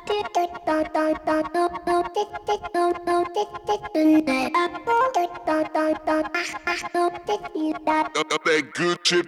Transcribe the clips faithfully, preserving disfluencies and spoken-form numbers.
That good shit.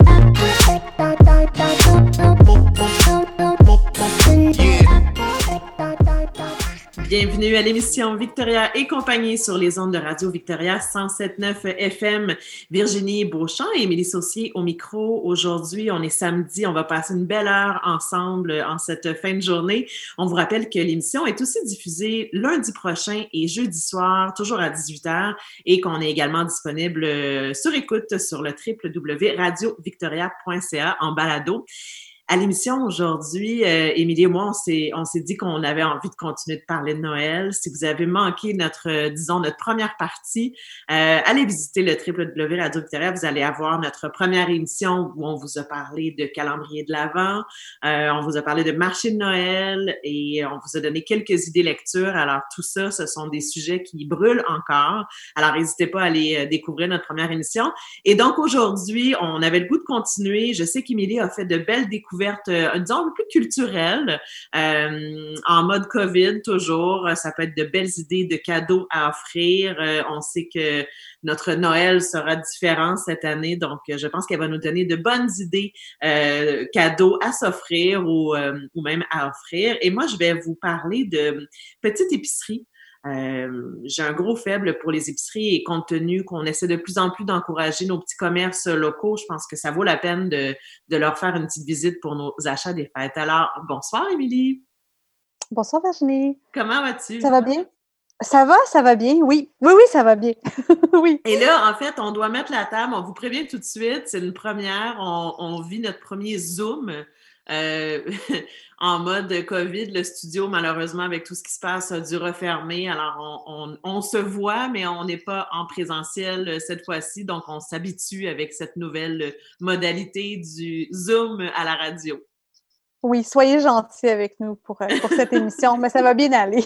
Bienvenue à l'émission Victoria et compagnie sur les ondes de Radio Victoria cent sept neuf F M. Virginie Beauchamp et Émilie Saucier au micro. Aujourd'hui, on est samedi, on va passer une belle heure ensemble en cette fin de journée. On vous rappelle que l'émission est aussi diffusée lundi prochain et jeudi soir, toujours à dix-huit heures, et qu'on est également disponible sur écoute sur le w w w point radio victoria point c a en balado. À l'émission aujourd'hui, euh, Émilie et moi, on s'est, on s'est dit qu'on avait envie de continuer de parler de Noël. Si vous avez manqué notre, euh, disons, notre première partie, euh, allez visiter le w w w point radio victoria. Vous allez avoir notre première émission où on vous a parlé de calendrier de l'Avent, euh, on vous a parlé de marché de Noël et on vous a donné quelques idées lecture. Alors, tout ça, ce sont des sujets qui brûlent encore. Alors, n'hésitez pas à aller euh, découvrir notre première émission. Et donc, aujourd'hui, on avait le goût de continuer. Je sais qu'Émilie a fait de belles découvertes Euh, disons, un peu plus culturelle, euh, en mode COVID toujours. Ça peut être de belles idées de cadeaux à offrir. Euh, on sait que notre Noël sera différent cette année, donc je pense qu'elle va nous donner de bonnes idées euh, cadeaux à s'offrir ou, euh, ou même à offrir. Et moi, je vais vous parler de petite épicerie. Euh, j'ai un gros faible pour les épiceries et compte tenu qu'on essaie de plus en plus d'encourager nos petits commerces locaux, je pense que ça vaut la peine de, de leur faire une petite visite pour nos achats des fêtes. Alors, bonsoir Émilie! Bonsoir Virginie! Comment vas-tu? Ça va bien? Ça va, ça va bien, oui. Oui, oui, ça va bien. Oui. Et là, en fait, on doit mettre la table, on vous prévient tout de suite, c'est une première, on, on vit notre premier Zoom. Euh, en mode COVID, le studio, malheureusement, avec tout ce qui se passe, a dû refermer. Alors, on, on, on se voit, mais on n'est pas en présentiel cette fois-ci. Donc, on s'habitue avec cette nouvelle modalité du Zoom à la radio. Oui, soyez gentils avec nous pour, pour cette émission, mais ça va bien aller.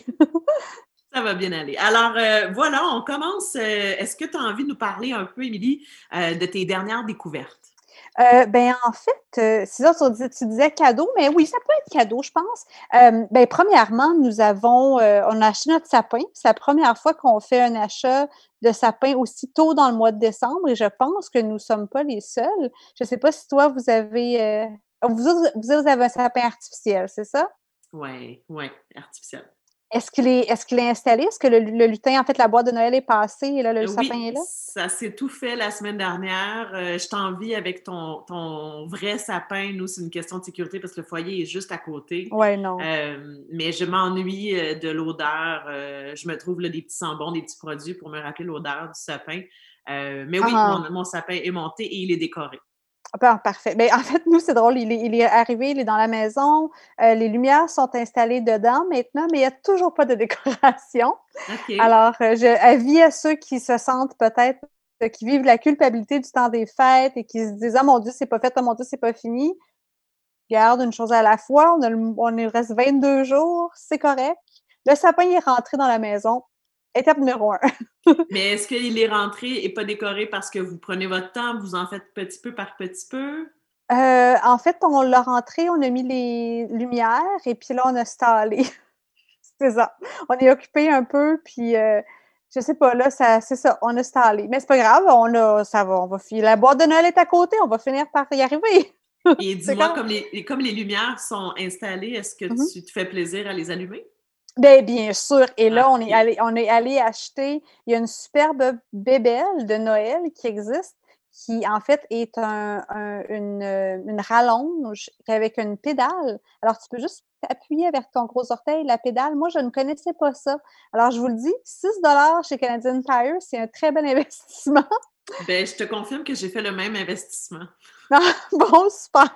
Ça va bien aller. Alors, euh, voilà, on commence. Euh, est-ce que tu as envie de nous parler un peu, Émilie, euh, de tes dernières découvertes? Euh, ben en fait, euh, c'est ça, tu disais, tu disais cadeau, mais oui, ça peut être cadeau, je pense. Euh, ben premièrement, nous avons, euh, on a acheté notre sapin. C'est la première fois qu'on fait un achat de sapin aussi tôt dans le mois de décembre, et je pense que nous ne sommes pas les seuls. Je ne sais pas si toi, vous avez, euh, vous, vous avez un sapin artificiel, c'est ça? Oui, oui, artificiel. Est-ce qu'il est, est-ce qu'il est installé? Est-ce que le, le lutin, en fait, la boîte de Noël est passée et là, le oui, sapin est là? Ça s'est tout fait la semaine dernière. Euh, je t'envie avec ton, ton vrai sapin. Nous, c'est une question de sécurité parce que le foyer est juste à côté. Oui, non. Euh, mais je m'ennuie de l'odeur. Euh, je me trouve là, des petits sambons, des petits produits pour me rappeler l'odeur du sapin. Euh, mais oui, ah. mon, mon sapin est monté et il est décoré. Ah, parfait. Bien, en fait, nous, c'est drôle. Il est, il est arrivé, il est dans la maison. Euh, les lumières sont installées dedans maintenant, mais il n'y a toujours pas de décoration. Okay. Alors, euh, je avis à ceux qui se sentent peut-être, euh, qui vivent la culpabilité du temps des fêtes et qui se disent « Ah, mon Dieu, c'est pas fait. Oh, mon Dieu, c'est pas fini. » Garde une chose à la fois. On, a le, on il reste vingt-deux jours. C'est correct. Le sapin est rentré dans la maison. Étape numéro un. Mais est-ce qu'il est rentré et pas décoré parce que vous prenez votre temps, vous en faites petit peu par petit peu? Euh, en fait, on l'a rentré, on a mis les lumières et puis là, on a installé. C'est ça. On est occupé un peu, puis euh, je sais pas, là, ça, c'est ça, on a installé. Mais c'est pas grave, on a, ça va, on va finir. La boîte de Noël est à côté, on va finir par y arriver. Et dis-moi, comme les, comme les lumières sont installées, est-ce que mm-hmm. tu te fais plaisir à les allumer? Bien, bien sûr. Et là, okay. on est allé, on est allé acheter, il y a une superbe bébelle de Noël qui existe, qui, en fait, est un, un, une, une rallonge avec une pédale. Alors, tu peux juste appuyer avec ton gros orteil la pédale. Moi, je ne connaissais pas ça. Alors, je vous le dis, six dollars chez Canadian Tire, c'est un très bon investissement. Ben, je te confirme que j'ai fait le même investissement. Ah, bon, super!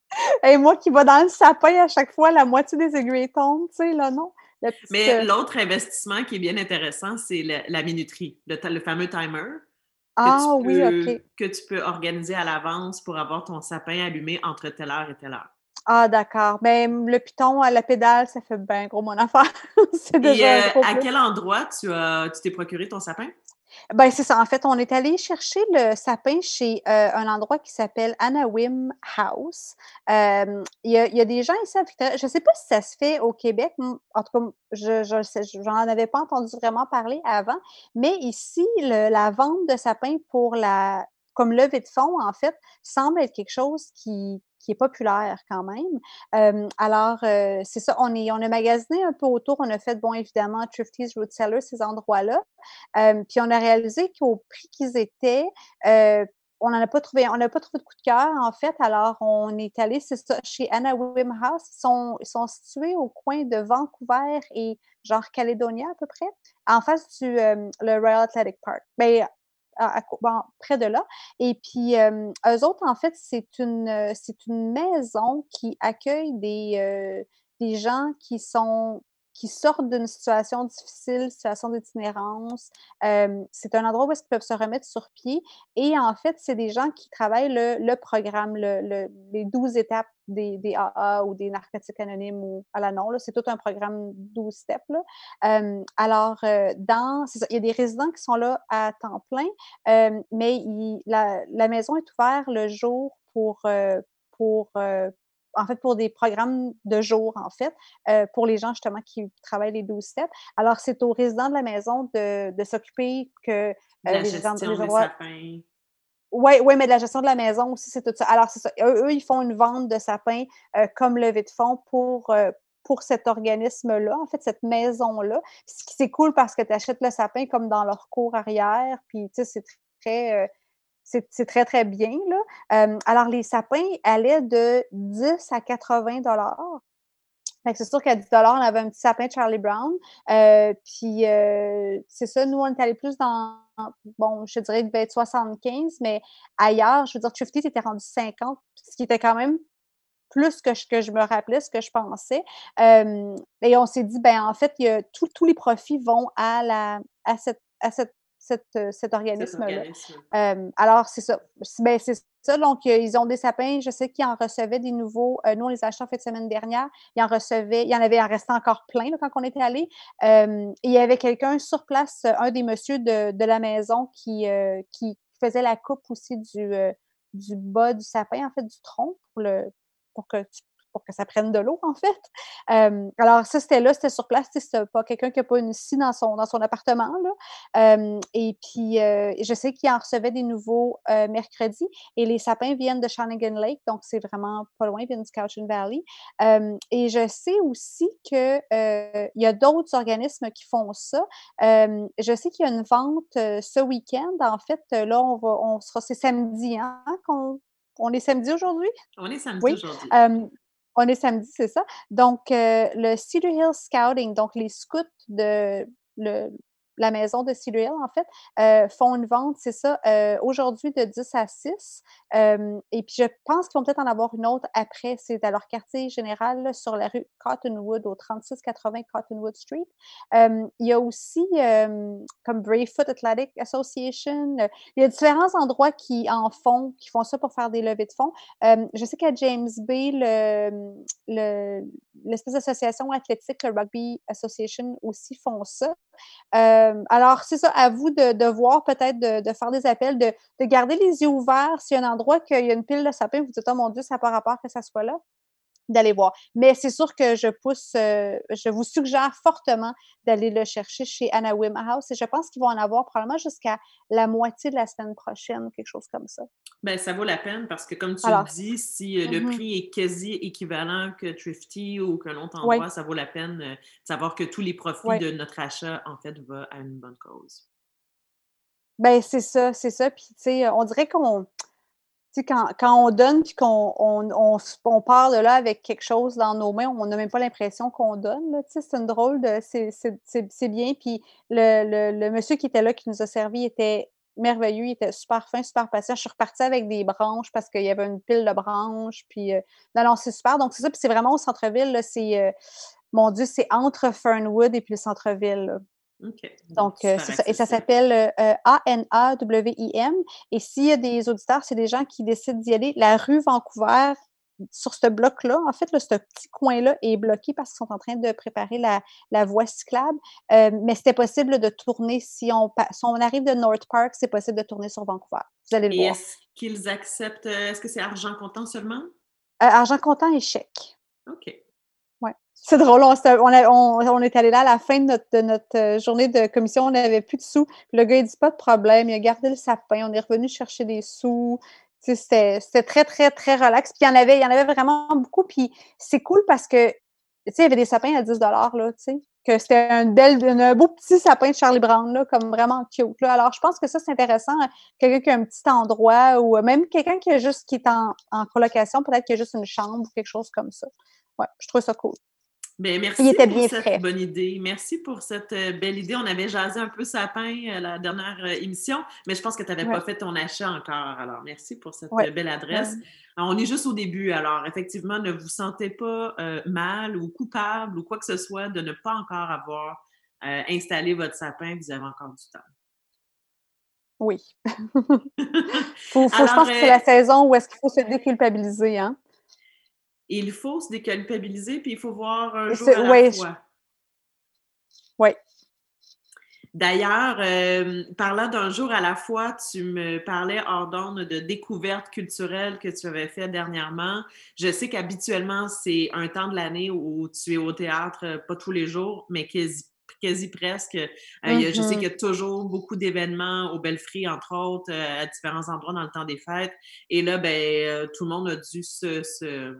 Et moi qui va dans le sapin à chaque fois, la moitié des aiguilles tombent, tu sais, là, non? Petite... Mais l'autre investissement qui est bien intéressant, c'est la, la minuterie, le, le fameux timer. Ah que tu oui, peux, OK. Que tu peux organiser à l'avance pour avoir ton sapin allumé entre telle heure et telle heure. Ah, d'accord. Mais le piton à la pédale, ça fait bien gros mon affaire. C'est déjà et, euh, un gros à plus. quel endroit tu, as, tu t'es procuré ton sapin? Ben, c'est ça. En fait, on est allé chercher le sapin chez, heu, un endroit qui s'appelle Anawim House. Hem, il y a il y a des gens ici à Victoria je sais pas si ça se fait au Québec, mmh, en tout cas, m je je sais j'en avais pas entendu vraiment parler avant, mais ici, le la vente de sapins pour la comme levée de fonds, en fait, semble être quelque chose qui qui est populaire quand même. Hem, alors, heu, c'est ça, on est on a magasiné un peu autour, on a fait, bon, évidemment, Thrifty's, Root Cellar, ces endroits-là. Hem, puis on a réalisé qu'au prix qu'ils étaient, heu, on n'en a pas trouvé on n'a pas trouvé de coup de cœur, en fait. Alors on est allé, c'est ça, chez Anawim House. Ils sont ils sont situés au coin de Vancouver et genre Caledonia à peu près, en face du, hem, le Royal Athletic Park. Beh, à à co bon, près de là et puis, hem, eux autres, en fait, c'est une, heu, c'est une maison qui accueille des, heu, des gens qui sont qui sortent d'une situation difficile, situation d'itinérance. Hem, c'est un endroit où est-ce qu'ils peuvent se remettre sur pied et en fait, c'est des gens qui travaillent le le programme, le le les douze étapes des des A A ou des narcotiques anonymes ou à la non, là, c'est tout un programme douze steps, là. Hem, alors, heu, dans c'est ça, il y a des résidents qui sont là à temps plein, hem, mais ils la la maison est ouverte le jour pour, heu pour, heu, en fait, pour des programmes de jour, en fait, heu, pour les gens justement qui travaillent les douze steps. Alors, c'est aux résidents de la maison de de s'occuper que, heu, De la les end gestion les des endroits sapins. ouais, ouais, mais de la gestion de la maison aussi, c'est tout ça. Alors, c'est ça. Eux eux, ils font une vente de sapins, heu, comme levée de fonds pour, heu, pour cet organisme-là, en fait, cette maison-là. Ce qui c'est cool parce que tu achètes le sapin comme dans leur cour arrière, puis tu sais, c'est très, heu, c'est c'est très, très bien, là. Hem, alors les sapins allaient de dix à quatre-vingts dollars. Fait que c'est sûr qu'à dix dollars on avait un petit sapin Charlie Brown. Heu, puis, heu, c'est ça, nous, on est allés plus dans bon, je te dirais, il devait être soixante-quinze, mais ailleurs, je veux dire, Thrifty, c'était rendu cinquante, ce qui était quand même plus que ce que je me rappelais, ce que je pensais. Hem, et on s'est dit, ben, en fait, il y a tous tous les profits vont à la à cette à cette cet, heu, cet Cet organisme-là. organisme. Hem, alors c'est ça. C ben, c'est ça, donc heu, ils ont des sapins, je sais qu'ils en recevaient des nouveaux, heu, nous, on les a achetés en fin de semaine dernière. Ils en recevaient il y en avait il en restait encore plein, là, quand on était allés. Hem, et il y avait quelqu'un sur place, un des messieurs de de la maison qui, heu, qui faisait la coupe aussi du, heu, du bas du sapin, en fait, du tronc pour le pour que tu pour que ça prenne de l'eau, en fait. Hem, alors ça, c'était là, c'était sur place, tu sais, c'est pas quelqu'un qui a pas une scie dans son dans son appartement, là. Hem, et puis, heu, je sais qu'il en recevait des nouveaux, heu, mercredi et les sapins viennent de Shawnigan Lake, donc c'est vraiment pas loin, ils viennent du Cowichan Valley. Hem, et je sais aussi que, heu, il y a d'autres organismes qui font ça. Hem, je sais qu'il y a une vente, heu, ce week-end. En fait, là, on va on sera c'est samedi, hein, qu'on on est samedi aujourd'hui? On est samedi Oui, aujourd'hui. hem, on est samedi, c'est ça. Donc, heu, le Cedar Hill Scouting, donc les scouts de le la maison de Cedar Hill, en fait, heu, font une vente, c'est ça, heu, aujourd'hui de dix à six. Hem, et puis je pense qu'ils vont peut-être en avoir une autre après. C'est à leur quartier général, là, sur la rue Cottonwood, au trente-six quatre-vingts Cottonwood Street. Hem, il y a aussi, hem, comme Bravefoot Athletic Association, heu, il y a différents endroits qui en font, qui font ça pour faire des levées de fonds. Hem, je sais qu'à James Bay, le, mmh, le l'espèce d'association athlétique, le Rugby Association aussi font ça. Hem, alors c'est ça, à vous de de voir peut-être de de faire des appels, de de garder les yeux ouverts. S'il y a un endroit qu'il y a une pile de sapins, vous dites: «Oh mon Dieu, ça a pas rapport que ça soit là», d'aller voir. Mais c'est sûr que je pousse, heu, je vous suggère fortement d'aller le chercher chez Anawim House et je pense qu'ils vont en avoir probablement jusqu'à la moitié de la semaine prochaine ou quelque chose comme ça. Ben, ça vaut la peine parce que comme tu le Alors dis, si, heu, le mmh prix est quasi équivalent que Thrifty ou qu'un autre Oui, endroit, ça vaut la peine, heu, de savoir que tous les profits oui. de notre achat, en fait, va à une bonne cause. Ben, c'est ça, c'est ça. Puis, tu sais, on dirait qu'on tu sais, quand quand on donne puis qu'on on on s on part de là avec quelque chose dans nos mains, on n'a même pas l'impression qu'on donne, là, tu sais, c'est une drôle de c'est c'est c'est c'est bien. Puis le le le monsieur qui était là, qui nous a servi était merveilleux, il était super fin, super patient. Je suis repartie avec des branches parce qu'il y avait une pile de branches, puis, heu, non, non, c'est super. Donc c'est ça, puis c'est vraiment au centre-ville, là, c'est, heu, mon Dieu, c'est entre Fernwood et puis le centre-ville, là. OK, donc Donc, heu, super c'est ça et ça accessible. s'appelle, heu heu, A N A W I M et s'il y a des auditeurs, c'est des gens qui décident d'y aller, la rue Vancouver sur ce bloc-là, en fait, là, ce petit coin-là est bloqué parce qu'ils sont en train de préparer la, la voie cyclable. Euh, mais c'était possible de tourner, si on, si on arrive de North Park, c'est possible de tourner sur Vancouver. Vous allez le Et voir. est-ce qu'ils acceptent, euh, est-ce que c'est argent comptant seulement? Euh, argent comptant et chèque. OK. Ouais. C'est drôle, on, on, on, on est allé là à la fin de notre, de notre journée de commission, on n'avait plus de sous. Le gars, il dit pas de problème, il a gardé le sapin, on est revenu chercher des sous. C'était, c'était très, très, très relax. Puis il y en avait, il y en avait vraiment beaucoup. Puis c'est cool parce que, tu sais, il y avait des sapins à dix dollars, là, tu sais, que c'était un, bel, un beau petit sapin de Charlie Brown, là, comme vraiment cute, là. Alors, je pense que ça, c'est intéressant. Quelqu'un qui a un petit endroit ou même quelqu'un qui, a juste, qui est en, en colocation, peut-être qu'il a juste une chambre ou quelque chose comme ça. Ouais, je trouve ça cool. Bien, merci Il était pour bien cette frais. bonne idée. Merci pour cette euh, belle idée. On avait jasé un peu sapin euh, la dernière euh, émission, mais je pense que tu n'avais ouais. pas fait ton achat encore. Alors, merci pour cette ouais. euh, belle adresse. Ouais. Alors, on est juste au début. Alors, effectivement, ne vous sentez pas euh, mal ou coupable ou quoi que ce soit de ne pas encore avoir euh, installé votre sapin. Vous avez encore du temps. Oui. faut, faut, Alors, je pense euh, que c'est la saison où est-ce qu'il faut se déculpabiliser, hein? Il faut se déculpabiliser, puis il faut voir un jour c'est, à la ouais, fois. Oui. D'ailleurs, euh, parlant d'un jour à la fois, tu me parlais hors d'onde de découvertes culturelles que tu avais fait dernièrement. Je sais qu'habituellement, c'est un temps de l'année où tu es au théâtre, pas tous les jours, mais quasi, quasi presque. Euh, mm-hmm. Je sais qu'il y a toujours beaucoup d'événements au Belfry, entre autres, à différents endroits dans le temps des fêtes. Et là, ben, tout le monde a dû se... se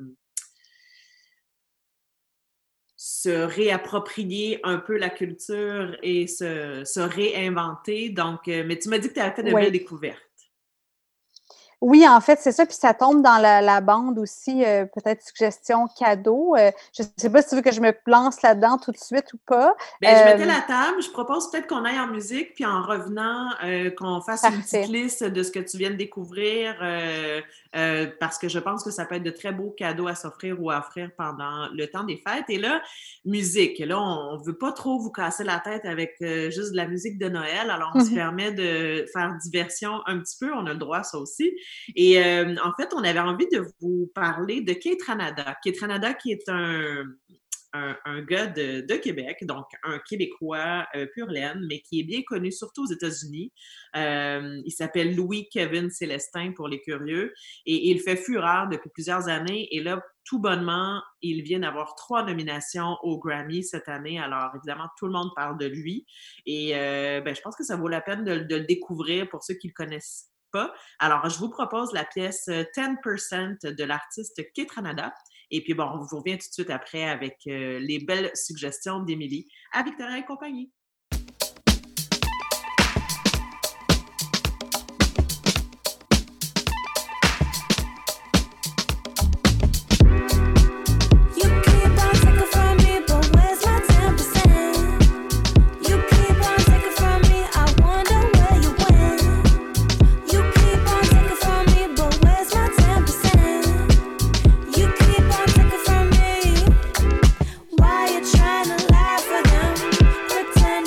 se réapproprier un peu la culture et se, se réinventer. Donc, euh, mais tu m'as dit que tu avais fait de oui. belles découvertes. Oui, en fait, c'est ça. Puis ça tombe dans la, la bande aussi, euh, peut-être suggestion cadeau. Euh, je ne sais pas si tu veux que je me lance là-dedans tout de suite ou pas. Bien, euh, je mettais la table. Je propose peut-être qu'on aille en musique, puis en revenant, euh, qu'on fasse Parfait. Une petite liste de ce que tu viens de découvrir, euh, euh, parce que je pense que ça peut être de très beaux cadeaux à s'offrir ou à offrir pendant le temps des fêtes. Et là, musique. Là, on ne veut pas trop vous casser la tête avec euh, juste de la musique de Noël. Alors, on mm-hmm. se permet de faire diversion un petit peu. On a le droit, ça aussi. Et euh, en fait, on avait envie de vous parler de Keith Ranada. Keith Ranada qui est un, un, un gars de, de Québec, donc un Québécois euh, pur laine, mais qui est bien connu surtout aux États-Unis. Euh, il s'appelle Louis Kevin Célestin pour les curieux et il fait fureur depuis plusieurs années. Et là, tout bonnement, il vient d'avoir trois nominations au Grammy cette année. Alors, évidemment, tout le monde parle de lui. Et euh, ben, je pense que ça vaut la peine de, de le découvrir pour ceux qui le connaissent pas. Alors, je vous propose la pièce ten percent de l'artiste Keith Ranada. Et puis, bon, on vous revient tout de suite après avec euh, les belles suggestions d'Émilie à Victoria et compagnie. Trying to lie for them, pretend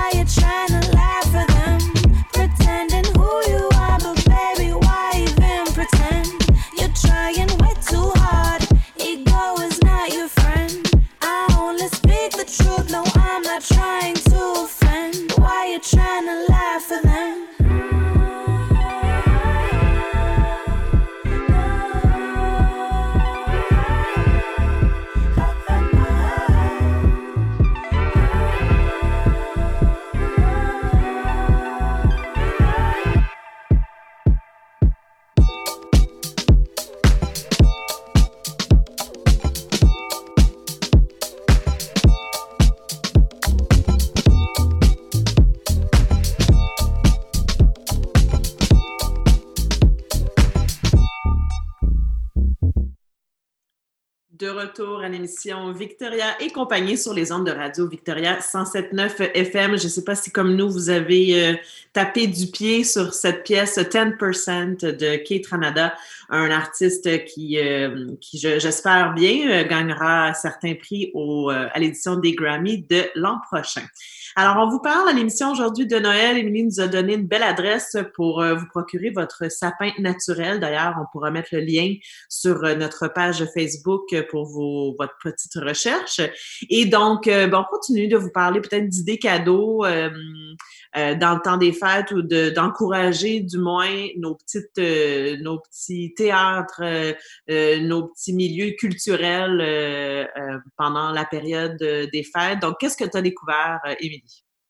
Why you trying to lie for them? Pretending who you are, but baby, why even pretend? You're trying way too hard. Ego is not your friend. I only speak the truth, no, I'm not trying to offend. Why you trying to lie for them? De retour à l'émission Victoria et compagnie sur les ondes de radio Victoria cent sept neuf F M. Je ne sais pas si, comme nous, vous avez euh, tapé du pied sur cette pièce dix pour cent de Kate Ranada, un artiste qui, euh, qui je, j'espère bien, euh, gagnera certains prix au, euh, à l'édition des Grammy de l'an prochain. Alors, on vous parle à l'émission aujourd'hui de Noël. Émilie nous a donné une belle adresse pour euh, vous procurer votre sapin naturel. D'ailleurs, on pourra mettre le lien sur euh, notre page Facebook pour vos, votre petite recherche. Et donc, euh, bon, on continue de vous parler peut-être d'idées cadeaux euh, euh, dans le temps des fêtes ou de, d'encourager du moins nos petites, euh, nos petits théâtres, euh, euh, nos petits milieux culturels euh, euh, pendant la période des fêtes. Donc, qu'est-ce que tu as découvert, euh, Émilie?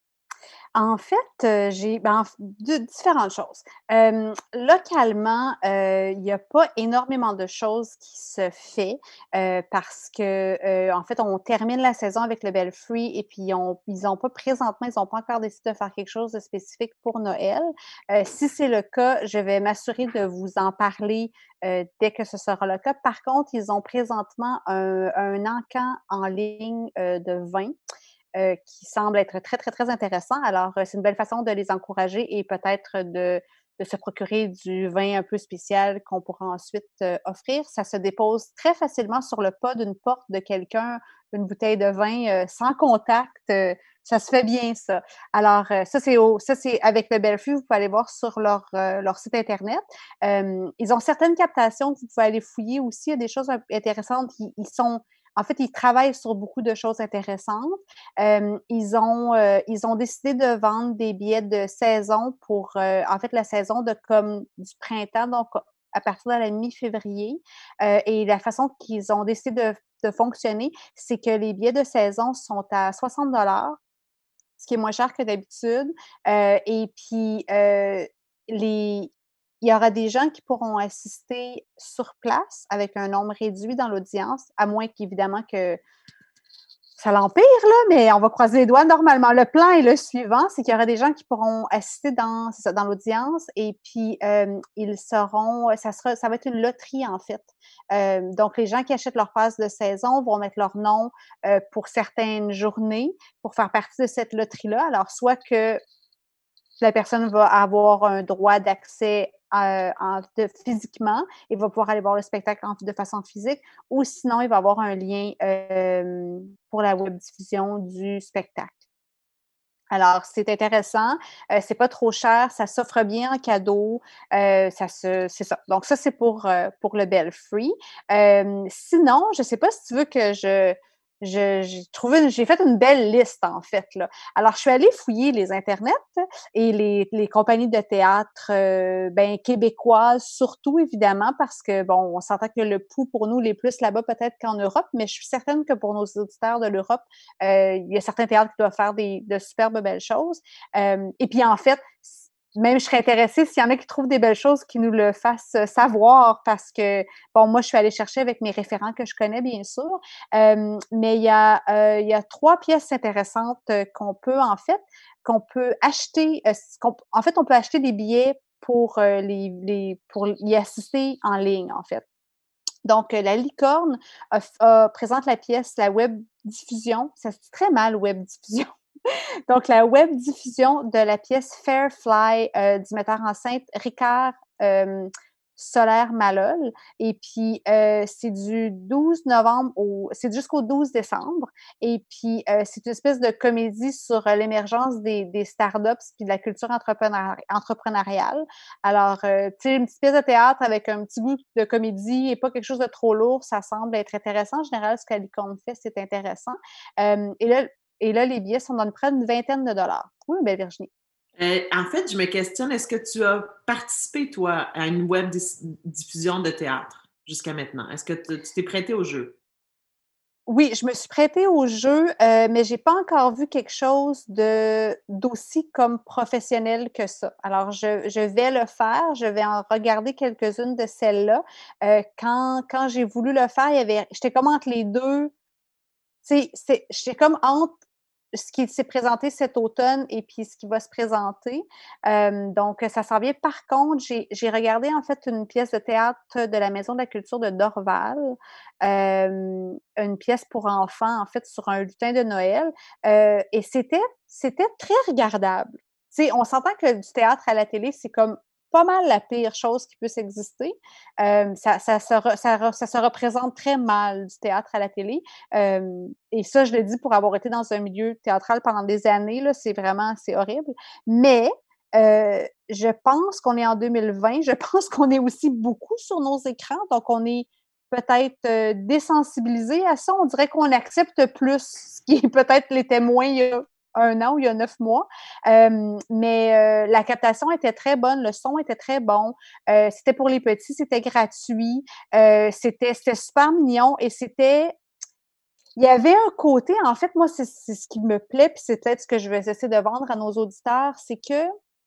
En fait, heu, j'ai ben, f de différentes choses. Hem, localement, heu, il y a pas énormément de choses qui se fait, heu, parce que, heu, en fait, on termine la saison avec le Belfry et puis on ils ont pas présentement, ils ont pas encore décidé de faire quelque chose de spécifique pour Noël. Heu, si c'est le cas, je vais m'assurer de vous en parler, heu, dès que ce sera le cas. Par contre, ils ont présentement un un encan en ligne, heu, de vin, euh, qui semble être très, très, très intéressant. Alors, euh, c'est une belle façon de les encourager et peut-être de, de se procurer du vin un peu spécial qu'on pourra ensuite euh, offrir. Ça se dépose très facilement sur le pas d'une porte de quelqu'un, une bouteille de vin euh, sans contact. Euh, ça se fait bien, ça. Alors, euh, ça, c'est au, ça, c'est avec le Belfry. Vous pouvez aller voir sur leur, euh, leur site Internet. Euh, ils ont certaines captations que vous pouvez aller fouiller aussi. Il y a des choses intéressantes. Ils, ils sont En fait, ils travaillent sur beaucoup de choses intéressantes. Euh, ils ont euh, ils ont décidé de vendre des billets de saison pour euh, en fait la saison de comme du printemps, donc à partir de la mi-février. Euh, et la façon qu'ils ont décidé de, de fonctionner, c'est que les billets de saison sont à soixante dollars, ce qui est moins cher que d'habitude. Euh, et puis euh, les il y aura des gens qui pourront assister sur place avec un nombre réduit dans l'audience, à moins qu'évidemment que ça l'empire, là, mais on va croiser les doigts. Normalement, le plan est le suivant, c'est qu'il y aura des gens qui pourront assister dans, c'est ça, dans l'audience et puis euh, ils seront, ça sera, ça va être une loterie en fait. Euh, donc, les gens qui achètent leur passe de saison vont mettre leur nom euh, pour certaines journées pour faire partie de cette loterie-là. Alors, soit que la personne va avoir un droit d'accès euh, en, de, physiquement et va pouvoir aller voir le spectacle en, de façon physique, ou sinon, il va avoir un lien euh, pour la web-diffusion du spectacle. Alors, c'est intéressant, euh, c'est pas trop cher, ça s'offre bien en cadeau, euh, ça se, c'est ça. Donc, ça, c'est pour, euh, pour le Belfry. Euh, sinon, je sais pas si tu veux que je... Je, j'ai trouvé, une, j'ai fait une belle liste, en fait, là. Alors, je suis allée fouiller les internets et les, les compagnies de théâtre, euh, ben, québécoises, surtout, évidemment, parce que, bon, on s'entend que le pouls, pour nous, les plus là-bas, peut-être qu'en Europe, mais je suis certaine que pour nos auditeurs de l'Europe, euh, il y a certains théâtres qui doivent faire des, de superbes belles choses. Euh, et puis, en fait, même je serais intéressée s'il y en a qui trouvent des belles choses qui nous le fassent savoir parce que, bon, moi, je suis allée chercher avec mes référents que je connais, bien sûr, euh, mais il y a, euh, il y a trois pièces intéressantes qu'on peut, en fait, qu'on peut acheter, euh, qu'on, en fait, on peut acheter des billets pour, euh, les, les, pour y assister en ligne, en fait. Donc, la Licorne a, a, présente la pièce, la web diffusion, ça se dit très mal, web diffusion. Donc, la web diffusion de la pièce Fairfly euh, du metteur en scène Ricard euh, Solaire Malol. Et puis, euh, c'est du douze novembre au... C'est jusqu'au douze décembre. Et puis, euh, c'est une espèce de comédie sur euh, l'émergence des, des startups puis de la culture entrepreneur... entrepreneuriale. Alors, euh, tu sais, une petite pièce de théâtre avec un petit goût de comédie et pas quelque chose de trop lourd, ça semble être intéressant. En général, ce qu'Alicombe fait, c'est intéressant. Euh, et là, et là, les billets sont dans près d'une vingtaine de dollars. Oui, belle Virginie. Euh, en fait, je me questionne, est-ce que tu as participé, toi, à une web dis- diffusion de théâtre jusqu'à maintenant? Est-ce que tu tu t'es prêté au jeu? Oui, je me suis prêtée au jeu, euh, mais j'ai pas encore vu quelque chose de d'aussi comme professionnel que ça. Alors, je, je vais le faire, je vais en regarder quelques-unes de celles-là. Euh, quand quand j'ai voulu le faire, il y avait, j'étais comme entre les deux. Tu sais, c'est- j'étais comme entre ce qui s'est présenté cet automne et puis ce qui va se présenter. Euh, donc, ça s'en vient. Par contre, j'ai j'ai regardé en fait une pièce de théâtre de la Maison de la culture de Dorval, euh, une pièce pour enfants en fait sur un lutin de Noël, euh, et c'était c'était très regardable. Tu sais, on s'entend que du théâtre à la télé, c'est comme pas mal la pire chose qui puisse exister. Euh, ça, ça, se re- ça, re- ça se représente très mal du théâtre à la télé. Euh, et ça, je le dis pour avoir été dans un milieu théâtral pendant des années, là, c'est vraiment, c'est horrible. Mais euh, je pense qu'on est en deux mille vingt, je pense qu'on est aussi beaucoup sur nos écrans, donc on est peut-être euh, désensibilisé à ça. On dirait qu'on accepte plus, ce qui peut-être l'était moins il y a un an ou il y a neuf mois. Euh, mais euh, la captation était très bonne, le son était très bon. Euh, c'était pour les petits, c'était gratuit, euh, c'était, c'était super mignon et c'était... Il y avait un côté, en fait, moi, c'est, c'est ce qui me plaît, puis c'est peut-être ce que je vais essayer de vendre à nos auditeurs, c'est que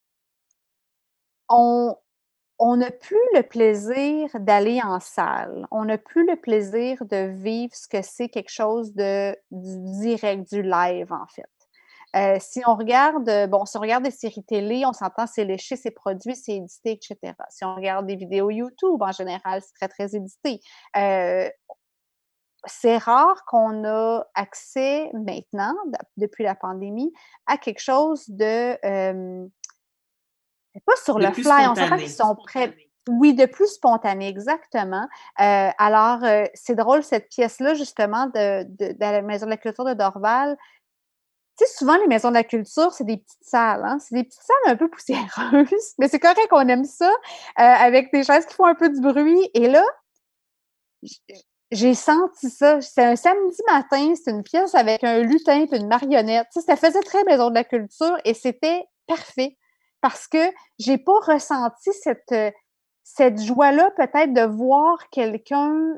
on, on n'a plus le plaisir d'aller en salle. On n'a plus le plaisir de vivre ce que c'est quelque chose de du direct, du live, en fait. Euh, si on regarde, bon, si on regarde des séries télé, on s'entend, c'est léché, c'est produit, c'est édité, et cetera. Si on regarde des vidéos YouTube, en général, c'est très, très édité. Euh, c'est rare qu'on a accès maintenant, d- depuis la pandémie, à quelque chose de euh, pas sur De le plus fly. On s'entend qu'ils spontané. sont prêts. Oui, de plus spontané, exactement. Euh, alors, euh, c'est drôle, cette pièce-là, justement, de, de, de la Maison de la culture de Dorval. Tu sais, souvent, les maisons de la culture, c'est des petites salles, hein? C'est des petites salles un peu poussiéreuses, mais c'est correct qu'on aime ça, euh, avec des chaises qui font un peu du bruit. Et là, j- j'ai senti ça. C'est un samedi matin, c'était une pièce avec un lutin et une marionnette. Tu sais, ça faisait très maison de la culture et c'était parfait parce que j'ai pas ressenti cette, euh, cette joie-là, peut-être, de voir quelqu'un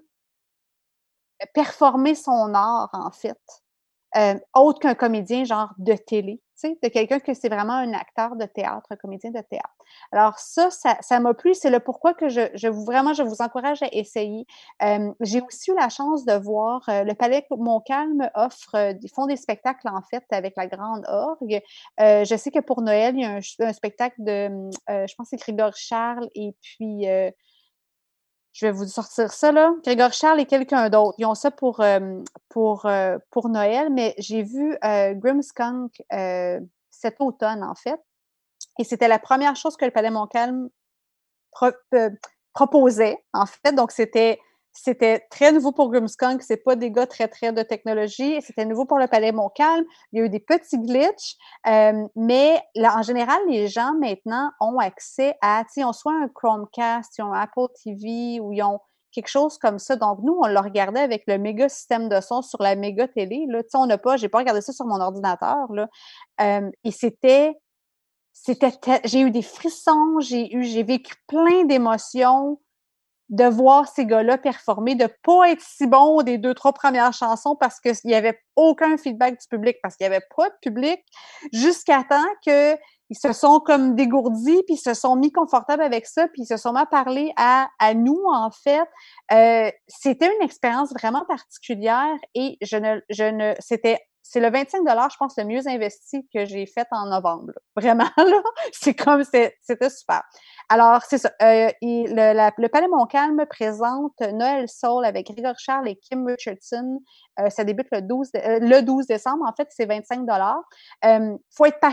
performer son art, en fait. Euh, autre qu'un comédien genre de télé, tu sais, de quelqu'un que c'est vraiment un acteur de théâtre, un comédien de théâtre. Alors ça, ça, ça m'a plu, c'est le pourquoi que je, je vous, vraiment, je vous encourage à essayer. Euh, j'ai aussi eu la chance de voir, euh, le Palais Montcalm offre, euh, ils font des spectacles, en fait, avec la Grande Orgue. Euh, je sais que pour Noël, il y a un, un spectacle de, euh, je pense que c'est Grégory Charles et puis... Euh, je vais vous sortir ça, là. Grégory Charles et quelqu'un d'autre. Ils ont ça pour, euh, pour, euh, pour Noël, mais j'ai vu euh, Grimmskunk euh, cet automne, en fait. Et c'était la première chose que le Palais Montcalm pro- euh, proposait, en fait. Donc, c'était, c'était très nouveau pour Grimmskunk. C'est pas des gars très, très de technologie. C'était nouveau pour le Palais Montcalm. Il y a eu des petits glitches. Euh, mais là, en général, les gens, maintenant, ont accès à, tu sais, ont soit un Chromecast, ils ont Apple T V ou ils ont quelque chose comme ça. Donc, nous, on l'a regardé avec le méga système de son sur la méga télé, là. Tu sais, on n'a pas, j'ai pas regardé ça sur mon ordinateur, là. Euh, et c'était c'était te- j'ai eu des frissons, j'ai eu, j'ai vécu plein d'émotions de voir ces gars-là performer, de pas être si bon des deux, trois premières chansons parce qu'il n'y avait aucun feedback du public, parce qu'il n'y avait pas de public, jusqu'à temps qu'ils se sont comme dégourdis, puis ils se sont mis confortables avec ça, puis ils se sont mis à parler à, à nous, en fait. Euh, c'était une expérience vraiment particulière et je ne, je ne, c'était c'est le vingt-cinq dollars, je pense, le mieux investi que j'ai fait en novembre. Là. Vraiment, là, c'est comme, c'est, c'était super. Alors, c'est ça. Euh, et le, la, le Palais Montcalm présente Noël Soul avec Grégory Charles et Kim Richardson. Euh, ça débute le douze, de, euh, le douze décembre. En fait, c'est vingt-cinq dollars. Euh, faut être patient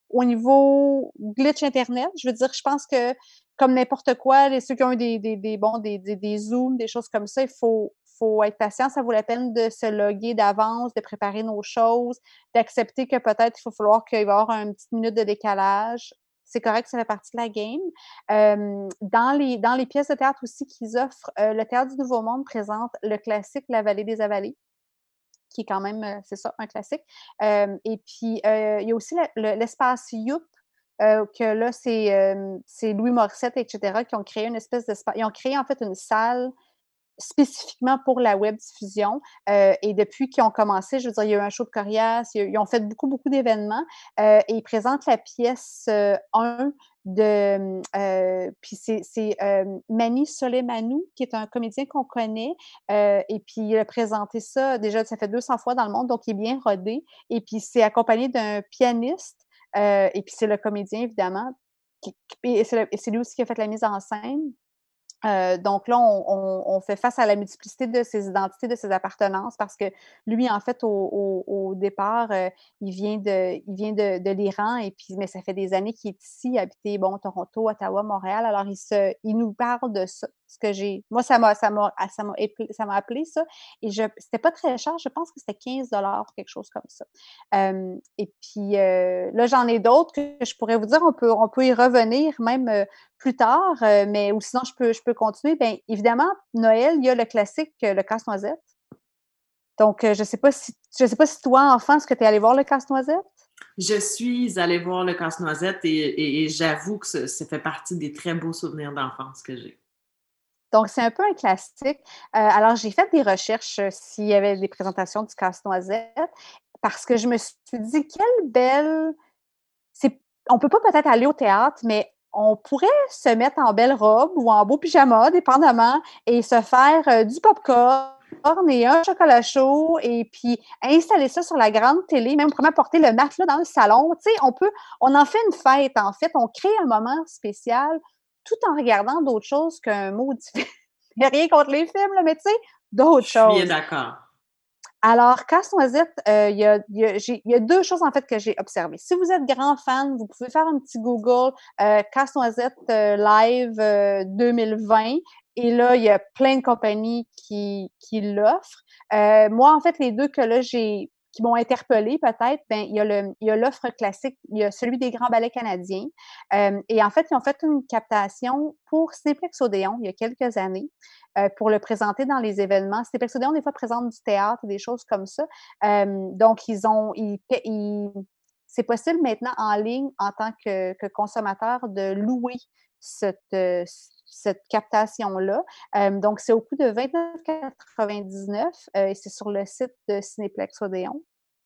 au niveau glitch Internet, je veux dire, je pense que comme n'importe quoi, les, ceux qui ont eu des, des, des, bon, des, des, des Zooms, des choses comme ça, il faut, faut être patient. Ça vaut la peine de se loguer d'avance, de préparer nos choses, d'accepter que peut-être il va falloir qu'il va y avoir une petite minute de décalage. C'est correct, ça fait partie de la game. Euh, dans, les, dans les pièces de théâtre aussi qu'ils offrent, euh, le Théâtre du Nouveau Monde présente le classique La Vallée des Avalées, qui est quand même, euh, c'est ça, un classique. Euh, et puis, euh, il y a aussi la, le, l'espace Youp, euh, que là, c'est, euh, c'est Louis Morissette, et cetera, qui ont créé une espèce d'espace. Ils ont créé, en fait, une salle spécifiquement pour la web diffusion. Euh, et depuis qu'ils ont commencé, je veux dire, il y a eu un show de Corias, ils ont fait beaucoup, beaucoup d'événements. Euh, et ils présentent la pièce euh, un de... Euh, puis c'est, c'est euh, Mani Soleimanou, qui est un comédien qu'on connaît. Euh, et puis il a présenté ça, déjà, ça fait deux cents fois dans le monde, donc il est bien rodé. Et puis c'est accompagné d'un pianiste. Euh, et puis c'est le comédien, évidemment. Qui, et, c'est le, et c'est lui aussi qui a fait la mise en scène. Euh, donc là, on, on, on fait face à la multiplicité de ses identités, de ses appartenances, parce que lui, en fait, au, au, au départ, euh, il vient de, il vient de, de l'Iran, et puis, mais ça fait des années qu'il est ici, il a habité, bon, Toronto, Ottawa, Montréal. Alors, il se, il nous parle de ça, ce que j'ai. Moi, ça m'a, ça m'a, ça m'a, ça m'a appelé ça, et je, c'était pas très cher. Je pense que c'était quinze dollars, quelque chose comme ça. Euh, et puis euh, là, j'en ai d'autres que je pourrais vous dire. On peut, on peut y revenir même. Euh, plus tard, euh, mais ou sinon je peux, je peux continuer. Bien, évidemment, Noël, il y a le classique, euh, le casse-noisette. Donc, euh, je ne sais pas si je sais pas si toi, enfant, est-ce que tu es allé voir le casse-noisette? Je suis allée voir le casse-noisette et, et, et j'avoue que ça, ça fait partie des très beaux souvenirs d'enfance que j'ai. Donc, c'est un peu un classique. Euh, alors, j'ai fait des recherches euh, s'il y avait des présentations du casse-noisette parce que je me suis dit, quelle belle... C'est... On ne peut pas peut-être aller au théâtre, mais on pourrait se mettre en belle robe ou en beau pyjama, dépendamment, et se faire euh, du popcorn et un chocolat chaud, et puis installer ça sur la grande télé, même vraiment porter le matelas dans le salon. Tu sais, on peut, on en fait une fête, en fait. On crée un moment spécial tout en regardant d'autres choses qu'un maudit film. Il n'y a rien contre les films, là, mais tu sais, d'autres Je choses. suis d'accord. Alors, Casse-Noisette, euh, il y a, il y a, j'ai, il y a deux choses, en fait, que j'ai observées. Si vous êtes grand fan, vous pouvez faire un petit Google euh, Casse-Noisette euh, Live euh, deux mille vingt. Et là, il y a plein de compagnies qui, qui l'offrent. Euh, moi, en fait, les deux que là, j'ai qui m'ont interpellée peut-être, ben, il y a le, il y a l'offre classique, il y a celui des Grands Ballets canadiens. Euh, et en fait, ils ont fait une captation pour Cinéplex Odéon il y a quelques années. Euh, pour le présenter dans les événements. Cinéplex Odéon, des fois, présente du théâtre, des choses comme ça. Euh, donc, ils ont... Ils, ils, c'est possible maintenant en ligne, en tant que, que consommateur, de louer cette, euh, cette captation-là. Euh, donc, c'est au coût de vingt-neuf quatre-vingt-dix-neuf euh, et c'est sur le site de Cinéplex Odéon.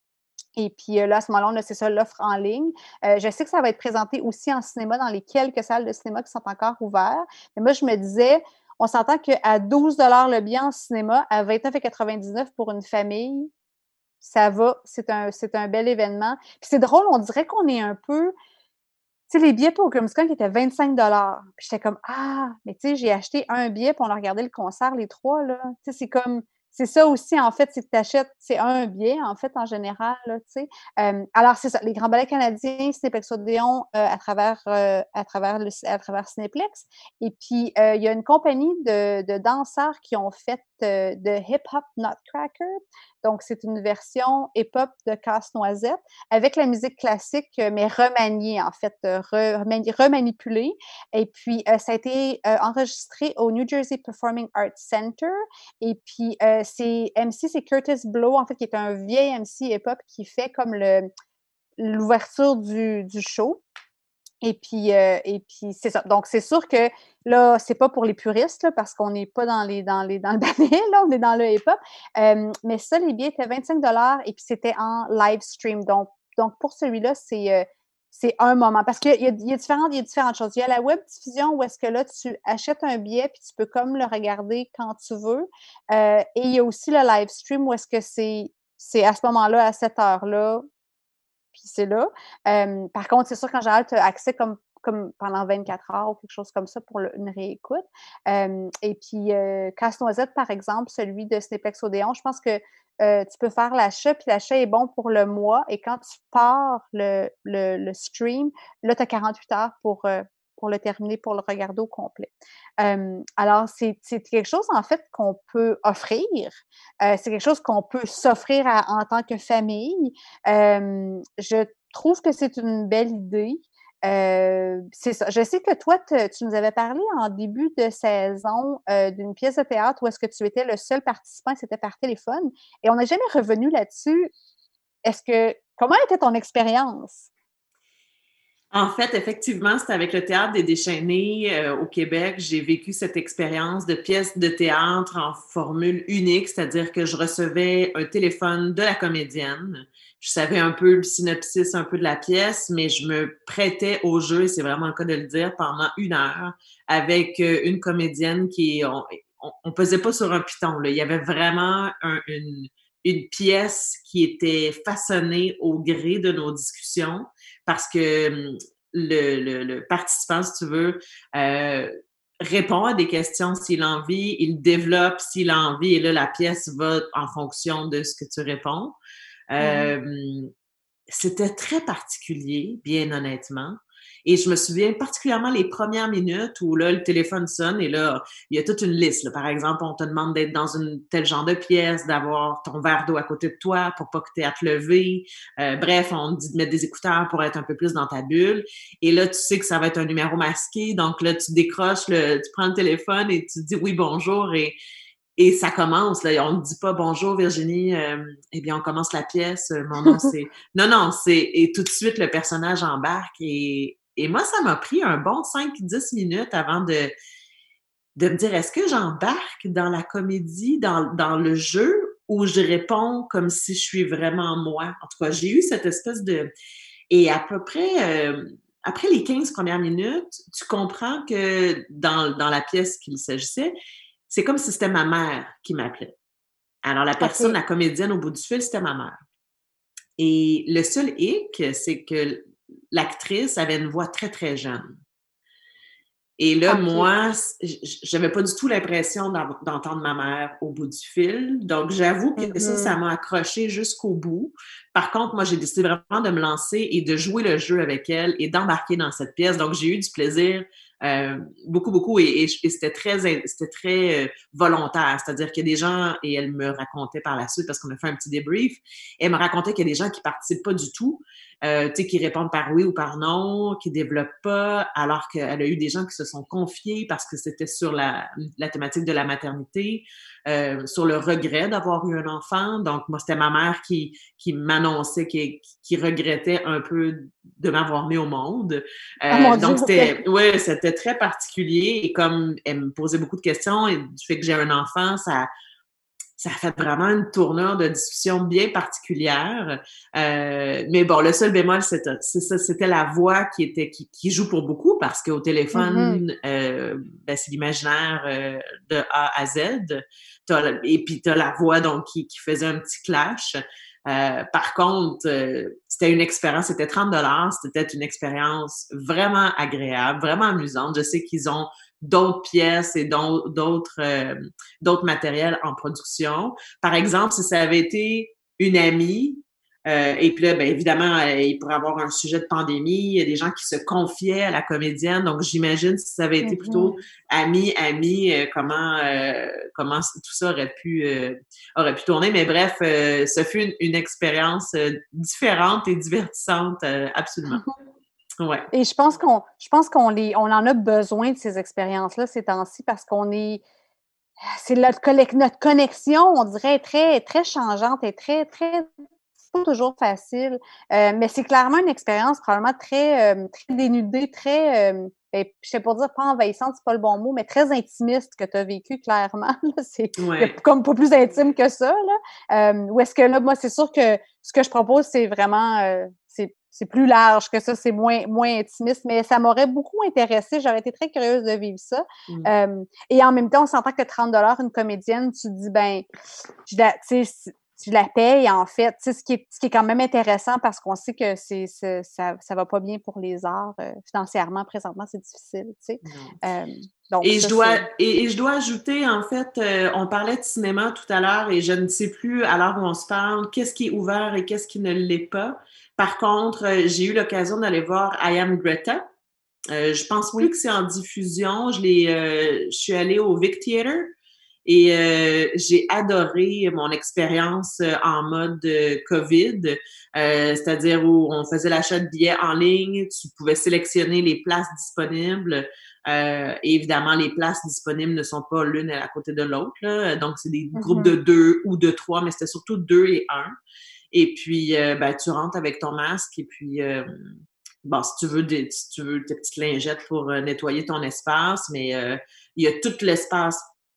Et puis là, à ce moment-là, on a, c'est ça, l'offre en ligne. Euh, je sais que ça va être présenté aussi en cinéma dans les quelques salles de cinéma qui sont encore ouvertes. Mais moi, je me disais, on s'entend qu'à douze dollars le billet en cinéma, à vingt-neuf quatre-vingt-dix-neuf pour une famille, ça va, c'est un, c'est un bel événement. Puis c'est drôle, on dirait qu'on est un peu... Tu sais, les billets pour Grimmskong qui étaient vingt-cinq dollars. Puis j'étais comme, ah, mais tu sais, j'ai acheté un billet, puis on a regardé le concert, les trois, là. Tu sais, c'est comme... C'est ça aussi, en fait, c'est que tu achètes, c'est un billet, en fait, en général, là, tu sais. Euh, alors, c'est ça, les Grands Ballets canadiens, Cinéplex Odéon, euh, à travers, euh, à travers le, à travers Cinéplex. Et puis, euh, il y a une compagnie de, de danseurs qui ont fait euh, de Hip Hop Nutcracker. Donc, c'est une version hip-hop de Casse-Noisette avec la musique classique, mais remaniée, en fait, remani- remanipulée. Et puis, euh, ça a été euh, enregistré au New Jersey Performing Arts Center. Et puis, euh, c'est M C, c'est Curtis Blow, en fait, qui est un vieil M C hip-hop qui fait comme le, l'ouverture du, du show. Et puis, euh, et puis c'est ça. Donc, c'est sûr que là, c'est pas pour les puristes, là, parce qu'on n'est pas dans les dans les dans le ballet, là, on est dans le hip-hop. Euh, mais ça, les billets étaient vingt-cinq dollars et puis c'était en live stream. Donc, donc pour celui-là, c'est euh, c'est un moment. Parce qu'il y a, il y a différentes, il y a différentes choses. Il y a la web diffusion où est-ce que là, tu achètes un billet puis tu peux comme le regarder quand tu veux. Euh, et il y a aussi le live stream où est-ce que c'est, c'est à ce moment-là, à cette heure-là, puis c'est là. Euh, par contre, c'est sûr qu'en général, tu as accès comme comme pendant vingt-quatre heures ou quelque chose comme ça pour le, une réécoute. Euh, et puis, euh, Casse-Noisette, par exemple, celui de Cinéplex Odéon, je pense que euh, tu peux faire l'achat, puis l'achat est bon pour le mois. Et quand tu pars le, le, le stream, là, tu as quarante-huit heures pour, euh, pour le terminer, pour le regarder au complet. Euh, alors, c'est, c'est quelque chose, en fait, qu'on peut offrir. Euh, c'est quelque chose qu'on peut s'offrir à, en tant que famille. Euh, je trouve que c'est une belle idée. Euh, c'est ça. Je sais que toi, te, tu nous avais parlé en début de saison euh, d'une pièce de théâtre où est-ce que tu étais le seul participant et c'était par téléphone. Et on n'est jamais revenu là-dessus. Est-ce que comment était ton expérience? En fait, effectivement, c'était avec le Théâtre des Déchaînés euh, au Québec. J'ai vécu cette expérience de pièce de théâtre en formule unique, c'est-à-dire que je recevais un téléphone de la comédienne. Je savais un peu le synopsis, un peu de la pièce, mais je me prêtais au jeu, et c'est vraiment le cas de le dire, pendant une heure avec une comédienne qui... On, on, on pesait pas sur un piton, là. Il y avait vraiment un, une, une pièce qui était façonnée au gré de nos discussions. Parce que le, le, le participant, si tu veux, euh, répond à des questions s'il a envie, il développe s'il a envie, et là, la pièce va en fonction de ce que tu réponds. Euh, mmh. C'était très particulier, bien honnêtement. Et je me souviens particulièrement les premières minutes où là, le téléphone sonne et là, il y a toute une liste. Là. Par exemple, on te demande d'être dans une tel genre de pièce, d'avoir ton verre d'eau à côté de toi pour pas que tu aies à te lever. Euh, bref, on te dit de mettre des écouteurs pour être un peu plus dans ta bulle. Et là, tu sais que ça va être un numéro masqué. Donc là, tu décroches, le, tu prends le téléphone et tu dis oui, bonjour. Et Et ça commence, là, on ne dit pas « Bonjour Virginie, euh, eh bien on commence la pièce, mon nom c'est… » Non, non, c'est… Et tout de suite, le personnage embarque et, et moi, ça m'a pris un bon cinq dix minutes avant de, de me dire « Est-ce que j'embarque dans la comédie, dans, dans le jeu ou je réponds comme si je suis vraiment moi? » En tout cas, j'ai eu cette espèce de… Et à peu près… Euh, après les quinze premières minutes, tu comprends que dans, dans la pièce qu'il s'agissait, c'est comme si c'était ma mère qui m'appelait. Alors, la personne, okay. La comédienne au bout du fil, c'était ma mère. Et le seul hic, c'est que l'actrice avait une voix très, très jeune. Et là, okay. Moi, j'avais pas du tout l'impression d'entendre ma mère au bout du fil. Donc, j'avoue que mm-hmm. ça, ça m'a accroché jusqu'au bout. Par contre, moi, j'ai décidé vraiment de me lancer et de jouer le jeu avec elle et d'embarquer dans cette pièce. Donc, j'ai eu du plaisir Euh, beaucoup, beaucoup, et, et, et c'était très, c'était très euh, volontaire, c'est-à-dire qu'il y a des gens, et elle me racontait par la suite, parce qu'on a fait un petit débrief, elle me racontait qu'il y a des gens qui participent pas du tout, euh, tu sais, qui répondent par oui ou par non, qui développent pas, alors qu'elle a eu des gens qui se sont confiés parce que c'était sur la, la thématique de la maternité, euh, sur le regret d'avoir eu un enfant. Donc, moi, c'était ma mère qui, qui m'annonçait, qui, qui regrettait un peu de m'avoir mis au monde. Euh, oh donc, Dieu, c'était, okay. ouais, c'était très particulier et comme elle me posait beaucoup de questions et du fait que j'ai un enfant, ça, ça a fait vraiment une tournure de discussion bien particulière. Euh, mais bon, le seul bémol, c'était, c'est ça, c'était la voix qui était qui, qui joue pour beaucoup parce qu'au téléphone, mm-hmm. euh, ben, c'est l'imaginaire euh, de A à Z. T'as, et puis tu as la voix donc qui, qui faisait un petit clash. Euh, par contre, euh, c'était une expérience, c'était trente dollars, c'était une expérience vraiment agréable, vraiment amusante. Je sais qu'ils ont d'autres pièces et d'autres, euh, d'autres matériels en production. Par exemple, si ça avait été une amie, euh, et puis là, bien évidemment, euh, il pourrait y avoir un sujet de pandémie, il y a des gens qui se confiaient à la comédienne, donc j'imagine si ça avait été plutôt ami, ami, euh, comment euh, comment tout ça aurait pu euh, aurait pu tourner. Mais bref, euh, ce fut une, une expérience euh, différente et divertissante, euh, absolument. Ouais. Et je pense qu'on je pense qu'on les on en a besoin de ces expériences-là ces temps-ci parce qu'on est c'est notre, notre connexion, on dirait, très, très changeante et très, très pas toujours facile, euh, mais c'est clairement une expérience probablement très, euh, très dénudée, très, euh, ben, je sais pas dire pas envahissante, c'est pas le bon mot, mais très intimiste que tu as vécu clairement. Là, c'est ouais. Comme pas plus intime que ça. Là. Euh, ou est-ce que là, moi, c'est sûr que ce que je propose, c'est vraiment euh, c'est, c'est plus large que ça, c'est moins, moins intimiste, mais ça m'aurait beaucoup intéressée. J'aurais été très curieuse de vivre ça. Mm. Euh, et en même temps, on s'entend que trente dollars une comédienne, tu te dis, ben, tu sais, tu la payes, en fait. Tu sais, ce qui est, ce qui est quand même intéressant parce qu'on sait que c'est, c'est ça, ça va pas bien pour les arts. Euh, financièrement, présentement, c'est difficile, tu sais. Euh, donc, et, ça, je dois, c'est... et, et je dois ajouter, en fait, euh, on parlait de cinéma tout à l'heure et je ne sais plus, à l'heure où on se parle, qu'est-ce qui est ouvert et qu'est-ce qui ne l'est pas. Par contre, euh, j'ai eu l'occasion d'aller voir I Am Greta. Euh, je pense Oui. plus que c'est en diffusion. Je, l'ai, euh, je suis allée au Vic Theatre et euh, j'ai adoré mon expérience euh, en mode euh, COVID, euh, c'est-à-dire où on faisait l'achat de billets en ligne, tu pouvais sélectionner les places disponibles. Euh, et évidemment, les places disponibles ne sont pas l'une à côté de l'autre, là. Donc, c'est des groupes Mm-hmm. de deux ou de trois, mais c'était surtout deux et un. Et puis, euh, ben, tu rentres avec ton masque et puis... Euh, bon, si tu veux des, si tu veux tes petites lingettes pour euh, nettoyer ton espace, mais euh, il y a tout l'espace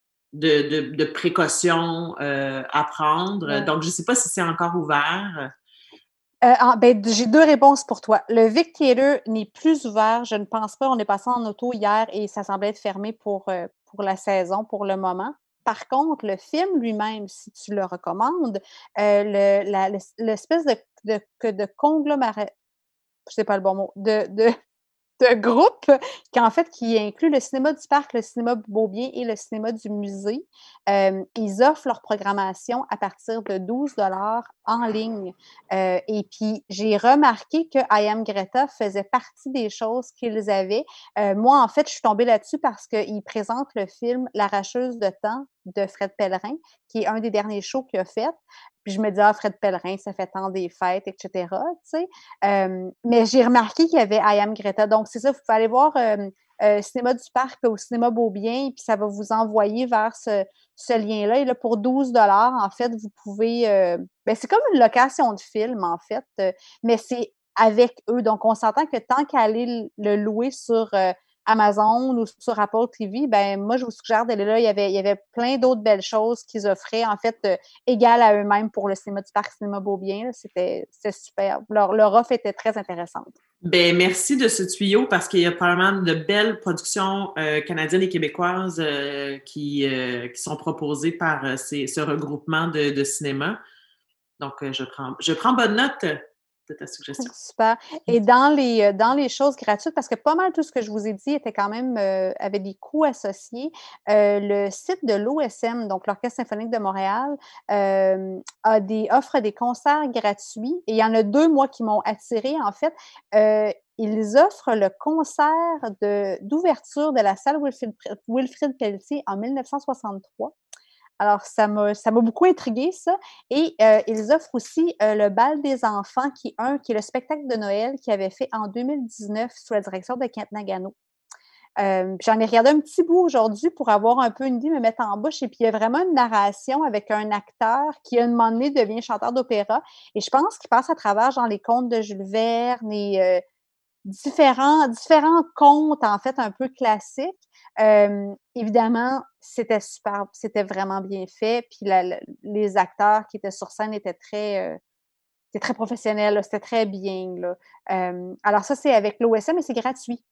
de, de, de précaution euh, à prendre. Ouais. Donc, je ne sais pas si c'est encore ouvert. Euh, en- ben, j'ai deux réponses pour toi. Le Vic Theatre n'est plus ouvert, je ne pense pas. On est passé en auto hier et ça semblait être fermé pour, euh, pour la saison, pour le moment. Par contre, le film lui-même, si tu le recommandes, euh, le, la, l'espèce de, de, de, de conglomérat, je sais pas le bon mot, de, de, de groupe qui, en fait, qui inclut le cinéma du parc, le cinéma Beaubien et le cinéma du musée. Euh, ils offrent leur programmation à partir de douze dollars en ligne. Euh, et puis, j'ai remarqué que I Am Greta faisait partie des choses qu'ils avaient. Euh, moi, en fait, je suis tombée là-dessus parce qu'ils présentent le film L'Arracheuse de temps de Fred Pellerin, qui est un des derniers shows qu'il a fait. Puis je me dis, ah, Fred Pellerin, ça fait tant des fêtes, et cetera. Tu sais. Euh, mais j'ai remarqué qu'il y avait I Am Greta. Donc, c'est ça, vous pouvez aller voir euh, euh, Cinéma du Parc au Cinéma Beaubien, puis ça va vous envoyer vers ce, ce lien-là. Et là, pour douze dollars, en fait, vous pouvez... Euh, ben, c'est comme une location de film, en fait, euh, mais c'est avec eux. Donc, on s'entend que tant qu'à aller le louer sur... Euh, Amazon ou sur Apple T V, ben moi, je vous suggère d'aller là. Il y avait, il y avait plein d'autres belles choses qu'ils offraient, en fait, euh, égales à eux-mêmes pour le cinéma du parc, cinéma Beaubien. Là. C'était, c'était super. Leur, leur offre était très intéressante. Ben merci de ce tuyau parce qu'il y a probablement de belles productions euh, canadiennes et québécoises euh, qui, euh, qui sont proposées par euh, ces, ce regroupement de, de cinéma. Donc, euh, je prends, je prends bonne note de ta suggestion. Super. Et dans les, dans les choses gratuites, parce que pas mal tout ce que je vous ai dit était quand même, euh, avait des coûts associés, euh, le site de l'O S M, donc l'Orchestre symphonique de Montréal, euh, a des, offre des concerts gratuits. Et il y en a deux, moi, qui m'ont attirée, en fait. Euh, ils offrent le concert de, d'ouverture de la salle Wilfrid, Wilfrid Pelletier en dix-neuf cent soixante-trois. Alors, ça m'a, ça m'a beaucoup intriguée, ça. Et euh, ils offrent aussi euh, le Bal des enfants, qui est un, qui est le spectacle de Noël qu'ils avaient fait en deux mille dix-neuf sous la direction de Kent Nagano. Euh, j'en ai regardé un petit bout aujourd'hui pour avoir un peu une idée, me mettre en bouche. Et puis, il y a vraiment une narration avec un acteur qui, à un moment donné, devient chanteur d'opéra. Et je pense qu'il passe à travers, genre, les contes de Jules Verne et euh, différents, différents contes, en fait, un peu classiques. Euh, évidemment, c'était super, c'était vraiment bien fait. Puis la, la, les acteurs qui étaient sur scène étaient très, euh, étaient très professionnels, là, c'était très bien. Là. Euh, alors ça, c'est avec l'O S M et c'est gratuit.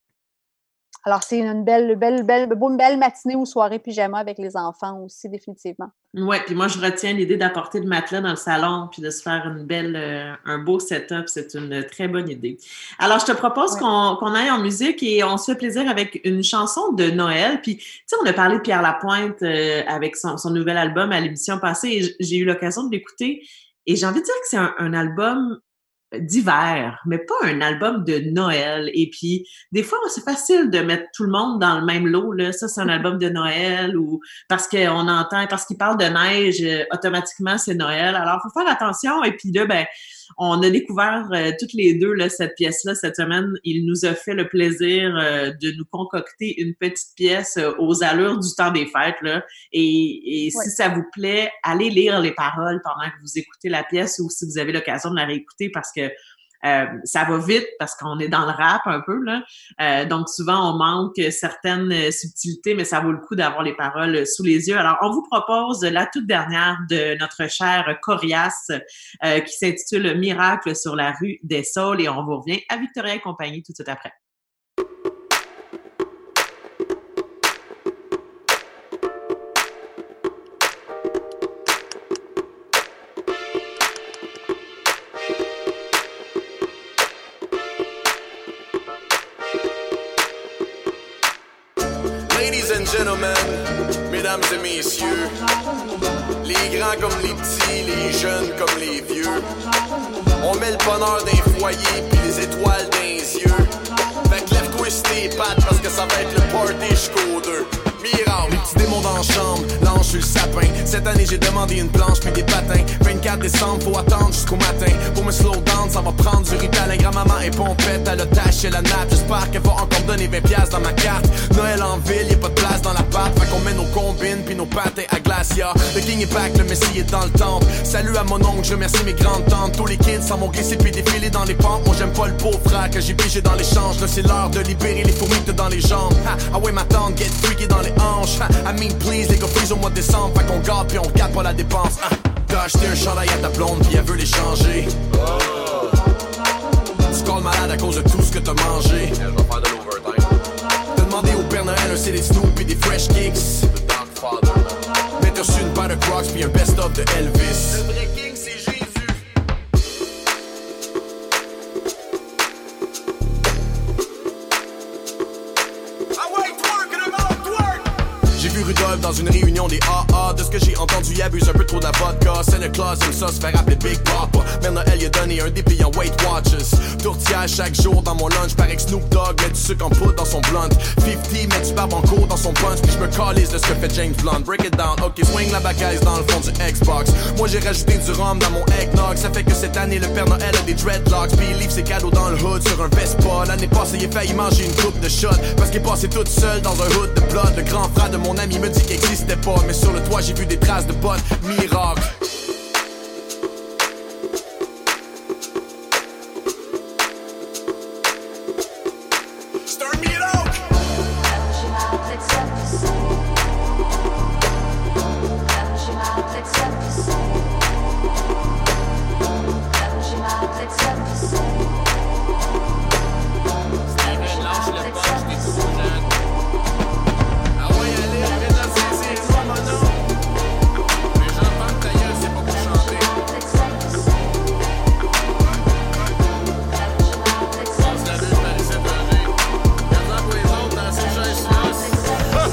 Alors, c'est une belle, belle, belle, une belle matinée ou soirée pyjama avec les enfants aussi, définitivement. Oui, puis moi, je retiens l'idée d'apporter le matelas dans le salon puis de se faire une belle, euh, un beau setup. C'est une très bonne idée. Alors, je te propose ouais. qu'on, qu'on aille en musique et on se fait plaisir avec une chanson de Noël. Puis, tu sais, on a parlé de Pierre Lapointe euh, avec son, son nouvel album à l'émission passée et j'ai eu l'occasion de l'écouter. Et j'ai envie de dire que c'est un, un album d'hiver, mais pas un album de Noël. Et puis, des fois, c'est facile de mettre tout le monde dans le même lot, là. Ça, c'est un album de Noël ou parce qu'on entend, parce qu'il parle de neige, euh, automatiquement, c'est Noël. Alors, il faut faire attention. Et puis là, ben, on a découvert euh, toutes les deux là, cette pièce-là cette semaine. Il nous a fait le plaisir euh, de nous concocter une petite pièce euh, aux allures du temps des fêtes. Là. Et, et si ouais. ça vous plaît, allez lire les paroles pendant que vous écoutez la pièce ou si vous avez l'occasion de la réécouter parce que Euh, ça va vite parce qu'on est dans le rap un peu, là. Euh, donc, souvent, on manque certaines subtilités, mais ça vaut le coup d'avoir les paroles sous les yeux. Alors, on vous propose la toute dernière de notre cher Corias euh, qui s'intitule « Miracle sur la rue des Saules » et on vous revient à Victoria et compagnie tout de suite après. and gentlemen, mesdames et messieurs, les grands comme les petits, les jeunes comme les vieux, on met le bonheur dans les foyers pis les étoiles dans les yeux. Fait que lève-toi sur tes pattes parce que ça va être le party jusqu'au deux. Miracle. Les petits démons dans la chambre, l'ange sur le sapin. Cette année j'ai demandé une planche puis des patins. vingt-quatre décembre, faut attendre jusqu'au matin. Pour me slow down, ça va prendre du Ritalin. Grand-maman est pompette, elle a taché la nappe. J'espère qu'elle va encore donner vingt piastres dans ma carte. Noël en ville, y'a pas de place dans la pâte. Fait qu'on met nos combines puis nos patins à glace, ya. Le king est back, le messie est dans le temple. Salut à mon oncle, je remercie mes grandes tantes. Tous les kids s'en vont glisser puis défiler dans les pentes. Moi j'aime pas le beau frère que j'ai pigé dans l'échange. Là c'est l'heure de libérer les fourmis que t'as dans les jambes. Ha, ah ouais ma tante, get freaky dans les hanches. Ha, I mean please, les gars freeze au mois de décembre. Fait qu'on garde puis on regarde pas la dépense. Ha, t'as acheté un chandail à ta blonde puis elle veut l'échanger. Oh. Tu colles malade à cause de tout ce que t'as mangé. Elle va faire de l'overtime. T'as demandé au Père Noël un C D Snoop puis des Fresh Kicks. The Dogfather. Mais t'as reçu une paire de Crocs puis un best-of de Elvis. Le vrai king c'est Jésus. Rudolph dans une réunion des A A. De ce que j'ai entendu, il abuse un peu trop de la vodka. Santa Claus aime ça se faire appeler Big Papa. Mère Noël il a donné un dépliant Weight Watches. Tourtière chaque jour dans mon lunch. Paraît que Snoop Dogg met du sucre en poudre dans son blunt. cinquante met du barbe en cours dans son punch. Puis je me calise de ce que fait James Blunt. Break it down, ok, swing la bacaise dans le fond du Xbox. Moi j'ai rajouté du rhum dans mon eggnog. Ça fait que cette année le Père Noël a des dreadlocks. Puis il livre ses cadeaux dans le hood sur un Vespa. L'année passée il a failli manger une coupe de shot. Parce qu'il est passé tout seul dans un hood de blood. Le grand frère de mon ami me dit qu'il existait pas, mais sur le toit j'ai vu des traces de bottes. Miracle. C'est un miracle. Steven, lâche le punch, t'es trop jeune. Ah ouais, allez, allez dans ces les gens pensent ta gueule, c'est pas pour chanter. Passe la bulle par ici, Roger. Regarde-en pour les autres dans ces chaises-là.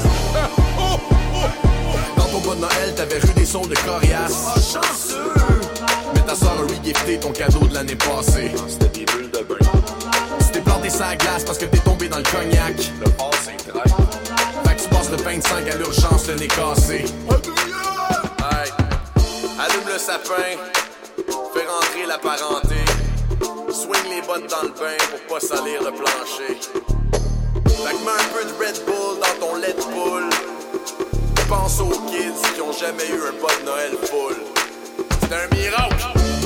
Dans ton bas de Noël, t'avais rue des saules de coriace. Oh, chanceux! Mais ta soeur a regifté ton cadeau de l'année passée. C'était des bulles de bain. Tu t'es planté sa glace parce que t'es tombé dans le cognac. Le passé traite. Fait que tu passes le vingt-cinq à l'urgence, le nez cassé. Hey, allume le sapin, fais rentrer la parenté, swing les bottes dans le bain pour pas salir le plancher. Fait que mets un peu de Red Bull dans ton lait de poule. Pense aux kids qui ont jamais eu un bas de Noël full. C'est un miracle!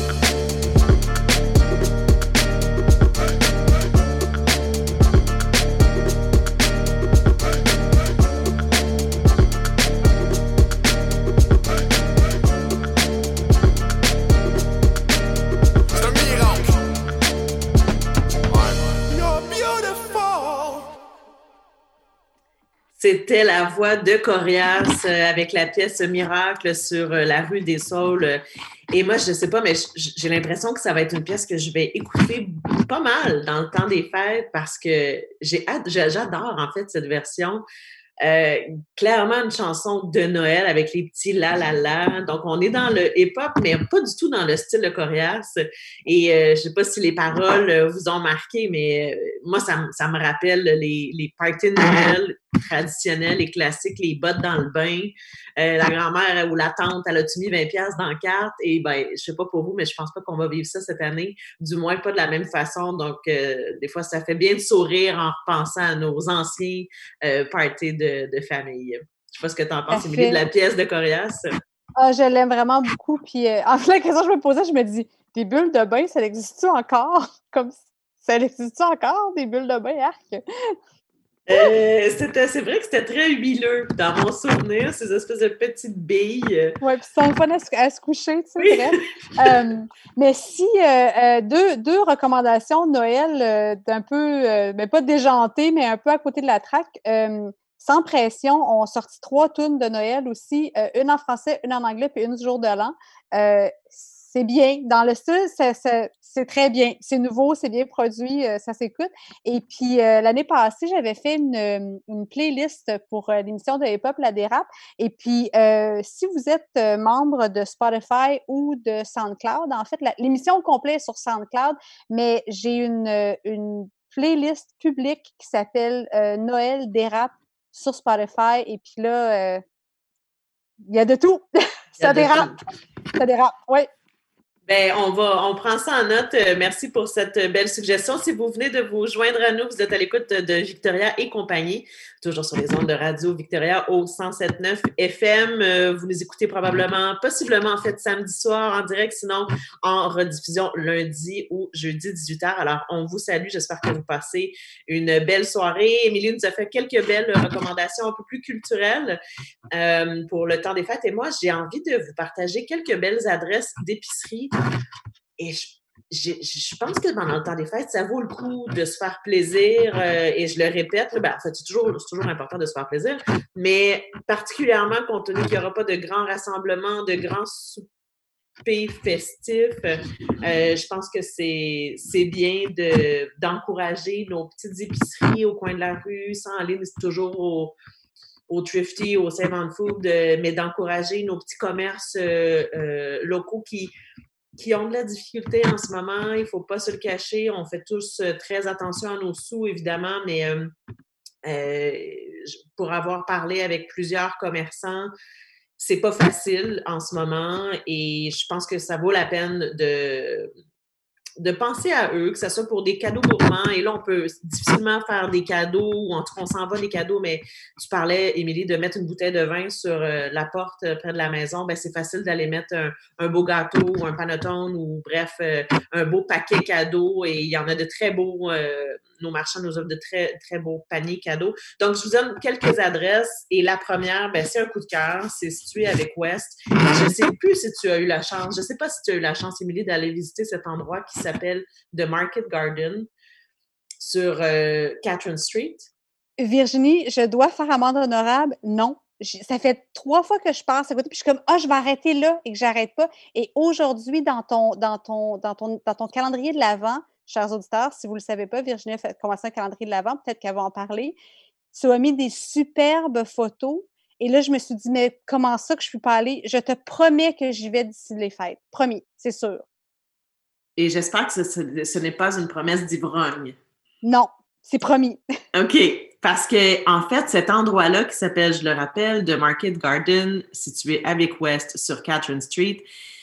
C'était la voix de Corias euh, avec la pièce Miracle sur euh, la rue des Saules. Et moi, je ne sais pas, mais j'ai l'impression que ça va être une pièce que je vais écouter pas mal dans le temps des fêtes parce que j'ai hâte, j'adore en fait cette version. Euh, clairement une chanson de Noël avec les petits la la la. Donc on est dans le hip-hop, mais pas du tout dans le style de Corias. Et euh, je sais pas si les paroles euh, vous ont marqué, mais euh, moi ça, ça me rappelle les, les parties de Noël traditionnels et classiques, les bottes dans le bain. Euh, la grand-mère ou la tante, elle a-tu mis vingt piastres dans la carte? Et ben, je sais pas pour vous, mais je pense pas qu'on va vivre ça cette année. Du moins, pas de la même façon. Donc, euh, des fois, ça fait bien de sourire en repensant à nos anciens euh, parties de, de famille. Je sais pas ce que tu en penses, Émilie, de la pièce de Corias. Ah, je l'aime vraiment beaucoup. Puis, euh, en fait, la question que je me posais, je me dis, des bulles de bain, ça existe-tu encore? Comme ça existe-tu encore, des bulles de bain, arc? Euh, c'était, c'est vrai que c'était très huileux dans mon souvenir, ces espèces de petites billes. Oui, puis c'est un fun à se, à se coucher, tu sais, oui. bref. euh, mais si, euh, euh, deux, deux recommandations de Noël euh, d'un peu, euh, mais pas déjantées, mais un peu à côté de la traque. Euh, Sans pression, on a sorti trois tunes de Noël aussi, euh, une en français, une en anglais, puis une du jour de l'an. Euh, c'est bien. Dans le style, ça, ça, c'est très bien. C'est nouveau, c'est bien produit, euh, ça s'écoute. Et puis, euh, l'année passée, j'avais fait une, une playlist pour euh, l'émission de Hip-Hop La Dérape. Et puis, euh, si vous êtes euh, membre de Spotify ou de SoundCloud, en fait, la, l'émission complète est sur SoundCloud, mais j'ai une, une playlist publique qui s'appelle euh, Noël Dérape sur Spotify. Et puis là, euh, il y a de tout. Ça dérape. Ça dérape, oui. Ben, on va, on prend ça en note. Euh, merci pour cette belle suggestion. Si vous venez de vous joindre à nous, vous êtes à l'écoute de, de Victoria et compagnie, toujours sur les ondes de Radio Victoria au cent sept neuf F M. Euh, vous nous écoutez probablement, possiblement en fait samedi soir en direct, sinon en rediffusion lundi ou jeudi dix-huit heures. Alors, on vous salue. J'espère que vous passez une belle soirée. Émilie nous a fait quelques belles recommandations un peu plus culturelles euh, pour le temps des fêtes. Et moi, j'ai envie de vous partager quelques belles adresses d'épicerie. Et je, je, je pense que pendant le temps des fêtes, ça vaut le coup de se faire plaisir. Euh, et je le répète, ben, en fait, c'est toujours, c'est toujours important de se faire plaisir, mais particulièrement compte tenu qu'il n'y aura pas de grands rassemblements, de grands soupers festifs, euh, je pense que c'est, c'est bien de, d'encourager nos petites épiceries au coin de la rue, sans aller toujours au au Thrifty, au Save on Food, euh, mais d'encourager nos petits commerces euh, euh, locaux qui, qui ont de la difficulté en ce moment. Il ne faut pas se le cacher. On fait tous euh, très attention à nos sous, évidemment, mais euh, euh, pour avoir parlé avec plusieurs commerçants, c'est pas facile en ce moment et je pense que ça vaut la peine de... de penser à eux, que ce soit pour des cadeaux gourmands. Et là, on peut difficilement faire des cadeaux, ou en tout cas, on s'en va des cadeaux, mais tu parlais, Émilie, de mettre une bouteille de vin sur euh, la porte euh, près de la maison. Ben, c'est facile d'aller mettre un, un beau gâteau ou un panettone ou bref, euh, un beau paquet cadeau. Et il y en a de très beaux, euh, nos marchands nous offrent de très, très beaux paniers cadeaux. Donc, je vous donne quelques adresses. Et la première, ben, c'est un coup de cœur. C'est situé avec West. Je ne sais plus si tu as eu la chance, je ne sais pas si tu as eu la chance, Émilie, d'aller visiter cet endroit qui s'appelle The Market Garden sur euh, Catherine Street. Virginie, je dois faire amende honorable. Non. J- ça fait trois fois que je passe à côté, puis je suis comme, ah, je vais arrêter là et que j'arrête pas. Et aujourd'hui, dans ton, dans ton, dans ton, dans ton calendrier de l'Avent, chers auditeurs, si vous ne le savez pas, Virginie a fait commencer un calendrier de l'Avent, peut-être qu'elle va en parler. Tu as mis des superbes photos. Et là, je me suis dit, mais comment ça que je ne peux pas aller? Je te promets que j'y vais d'ici les fêtes. Promis, c'est sûr. Et j'espère que ce, ce, ce n'est pas une promesse d'ivrogne. Non, c'est promis. OK. Parce que, en fait, cet endroit-là qui s'appelle, je le rappelle, The Market Garden, situé avec West sur Catherine Street,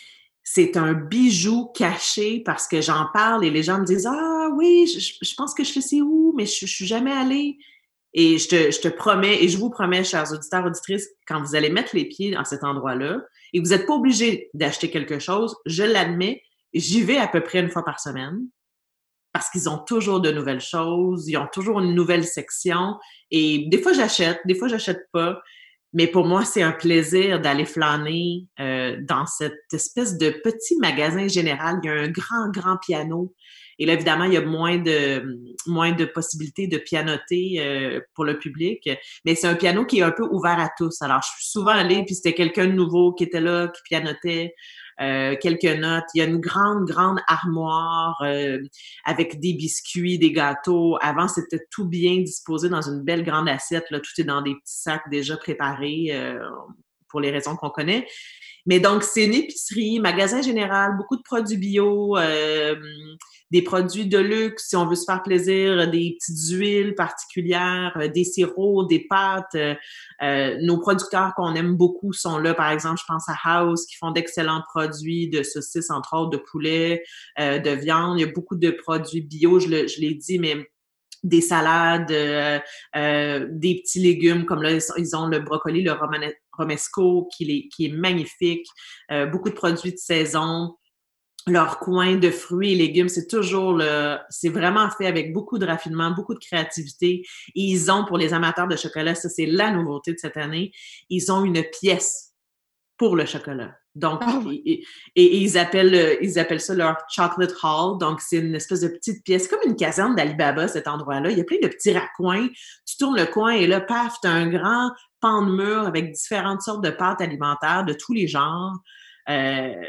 c'est un bijou caché parce que j'en parle et les gens me disent « Ah oui, je, je pense que je sais où, mais je ne suis jamais allée. » Et je te, je te promets, et je vous promets, chers auditeurs, auditrices, quand vous allez mettre les pieds dans cet endroit-là, et vous n'êtes pas obligé d'acheter quelque chose, je l'admets, j'y vais à peu près une fois par semaine parce qu'ils ont toujours de nouvelles choses, ils ont toujours une nouvelle section et des fois j'achète, des fois j'achète pas, mais pour moi c'est un plaisir d'aller flâner euh, dans cette espèce de petit magasin général. Il y a un grand, grand piano et là évidemment il y a moins de, moins de possibilités de pianoter euh, pour le public, mais c'est un piano qui est un peu ouvert à tous. Alors je suis souvent allée puis c'était quelqu'un de nouveau qui était là, qui pianotait. Euh, quelques notes. Il y a une grande, grande armoire euh, avec des biscuits, des gâteaux. Avant, c'était tout bien disposé dans une belle grande assiette. Là, tout est dans des petits sacs déjà préparés euh, pour les raisons qu'on connaît. Mais donc, c'est une épicerie, magasin général, beaucoup de produits bio, euh, des produits de luxe, si on veut se faire plaisir, des petites huiles particulières, des sirops, des pâtes. Euh, nos producteurs qu'on aime beaucoup sont là, par exemple, je pense à House, qui font d'excellents produits de saucisses, entre autres, de poulet, euh, de viande. Il y a beaucoup de produits bio, je, le, je l'ai dit, mais des salades, euh, euh, des petits légumes, comme là, ils ont le brocoli, le romane- romesco, qui est, qui est magnifique, euh, beaucoup de produits de saison. Leur coin de fruits et légumes, c'est toujours le, c'est vraiment fait avec beaucoup de raffinement, beaucoup de créativité. Et ils ont, pour les amateurs de chocolat, ça c'est la nouveauté de cette année, ils ont une pièce pour le chocolat. Donc, oh. et, et, et ils appellent, ils appellent ça leur chocolate hall. Donc, c'est une espèce de petite pièce, comme une caserne d'Alibaba, cet endroit-là. Il y a plein de petits raccoins. Tu tournes le coin et là, paf, t'as un grand pan de mur avec différentes sortes de pâtes alimentaires de tous les genres. Euh,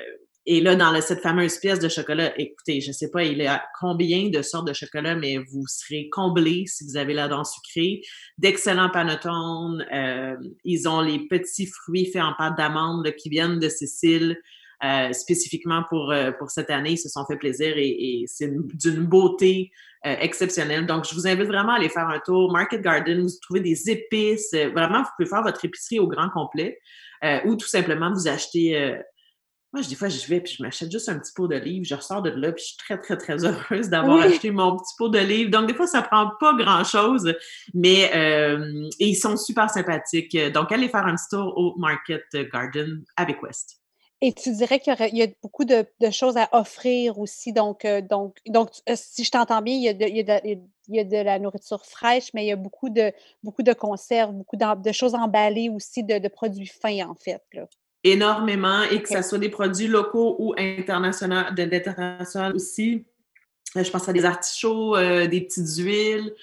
Et là, dans le, cette fameuse pièce de chocolat, écoutez, je sais pas, il y a combien de sortes de chocolat, mais vous serez comblés si vous avez la dent sucrée. D'excellents panettones. Euh, ils ont les petits fruits faits en pâte d'amande là, qui viennent de Sicile. Euh, spécifiquement pour, euh, pour cette année, ils se sont fait plaisir et, et c'est une, d'une beauté euh, exceptionnelle. Donc, je vous invite vraiment à aller faire un tour. Market Garden, vous trouvez des épices. Euh, vraiment, vous pouvez faire votre épicerie au grand complet euh, ou tout simplement vous acheter... Euh, moi, des fois, je vais puis je m'achète juste un petit pot d'olive. Je ressors de là puis je suis très, très, très heureuse d'avoir Oui. acheté mon petit pot d'olive. Donc, des fois, ça prend pas grand-chose, mais euh, et ils sont super sympathiques. Donc, allez faire un petit tour au Market Garden avec West. Et tu dirais qu'il y, aurait, il y a beaucoup de, de choses à offrir aussi. Donc, euh, donc, donc euh, si je t'entends bien, il y, a de, il, y a de, il y a de la nourriture fraîche, mais il y a beaucoup de, beaucoup de conserves, beaucoup de choses emballées aussi, de, de produits fins, en fait. Là. Énormément, et que okay. ça soit des produits locaux ou internationaux, d'international aussi. Je pense à des artichauts, euh, des petites huiles,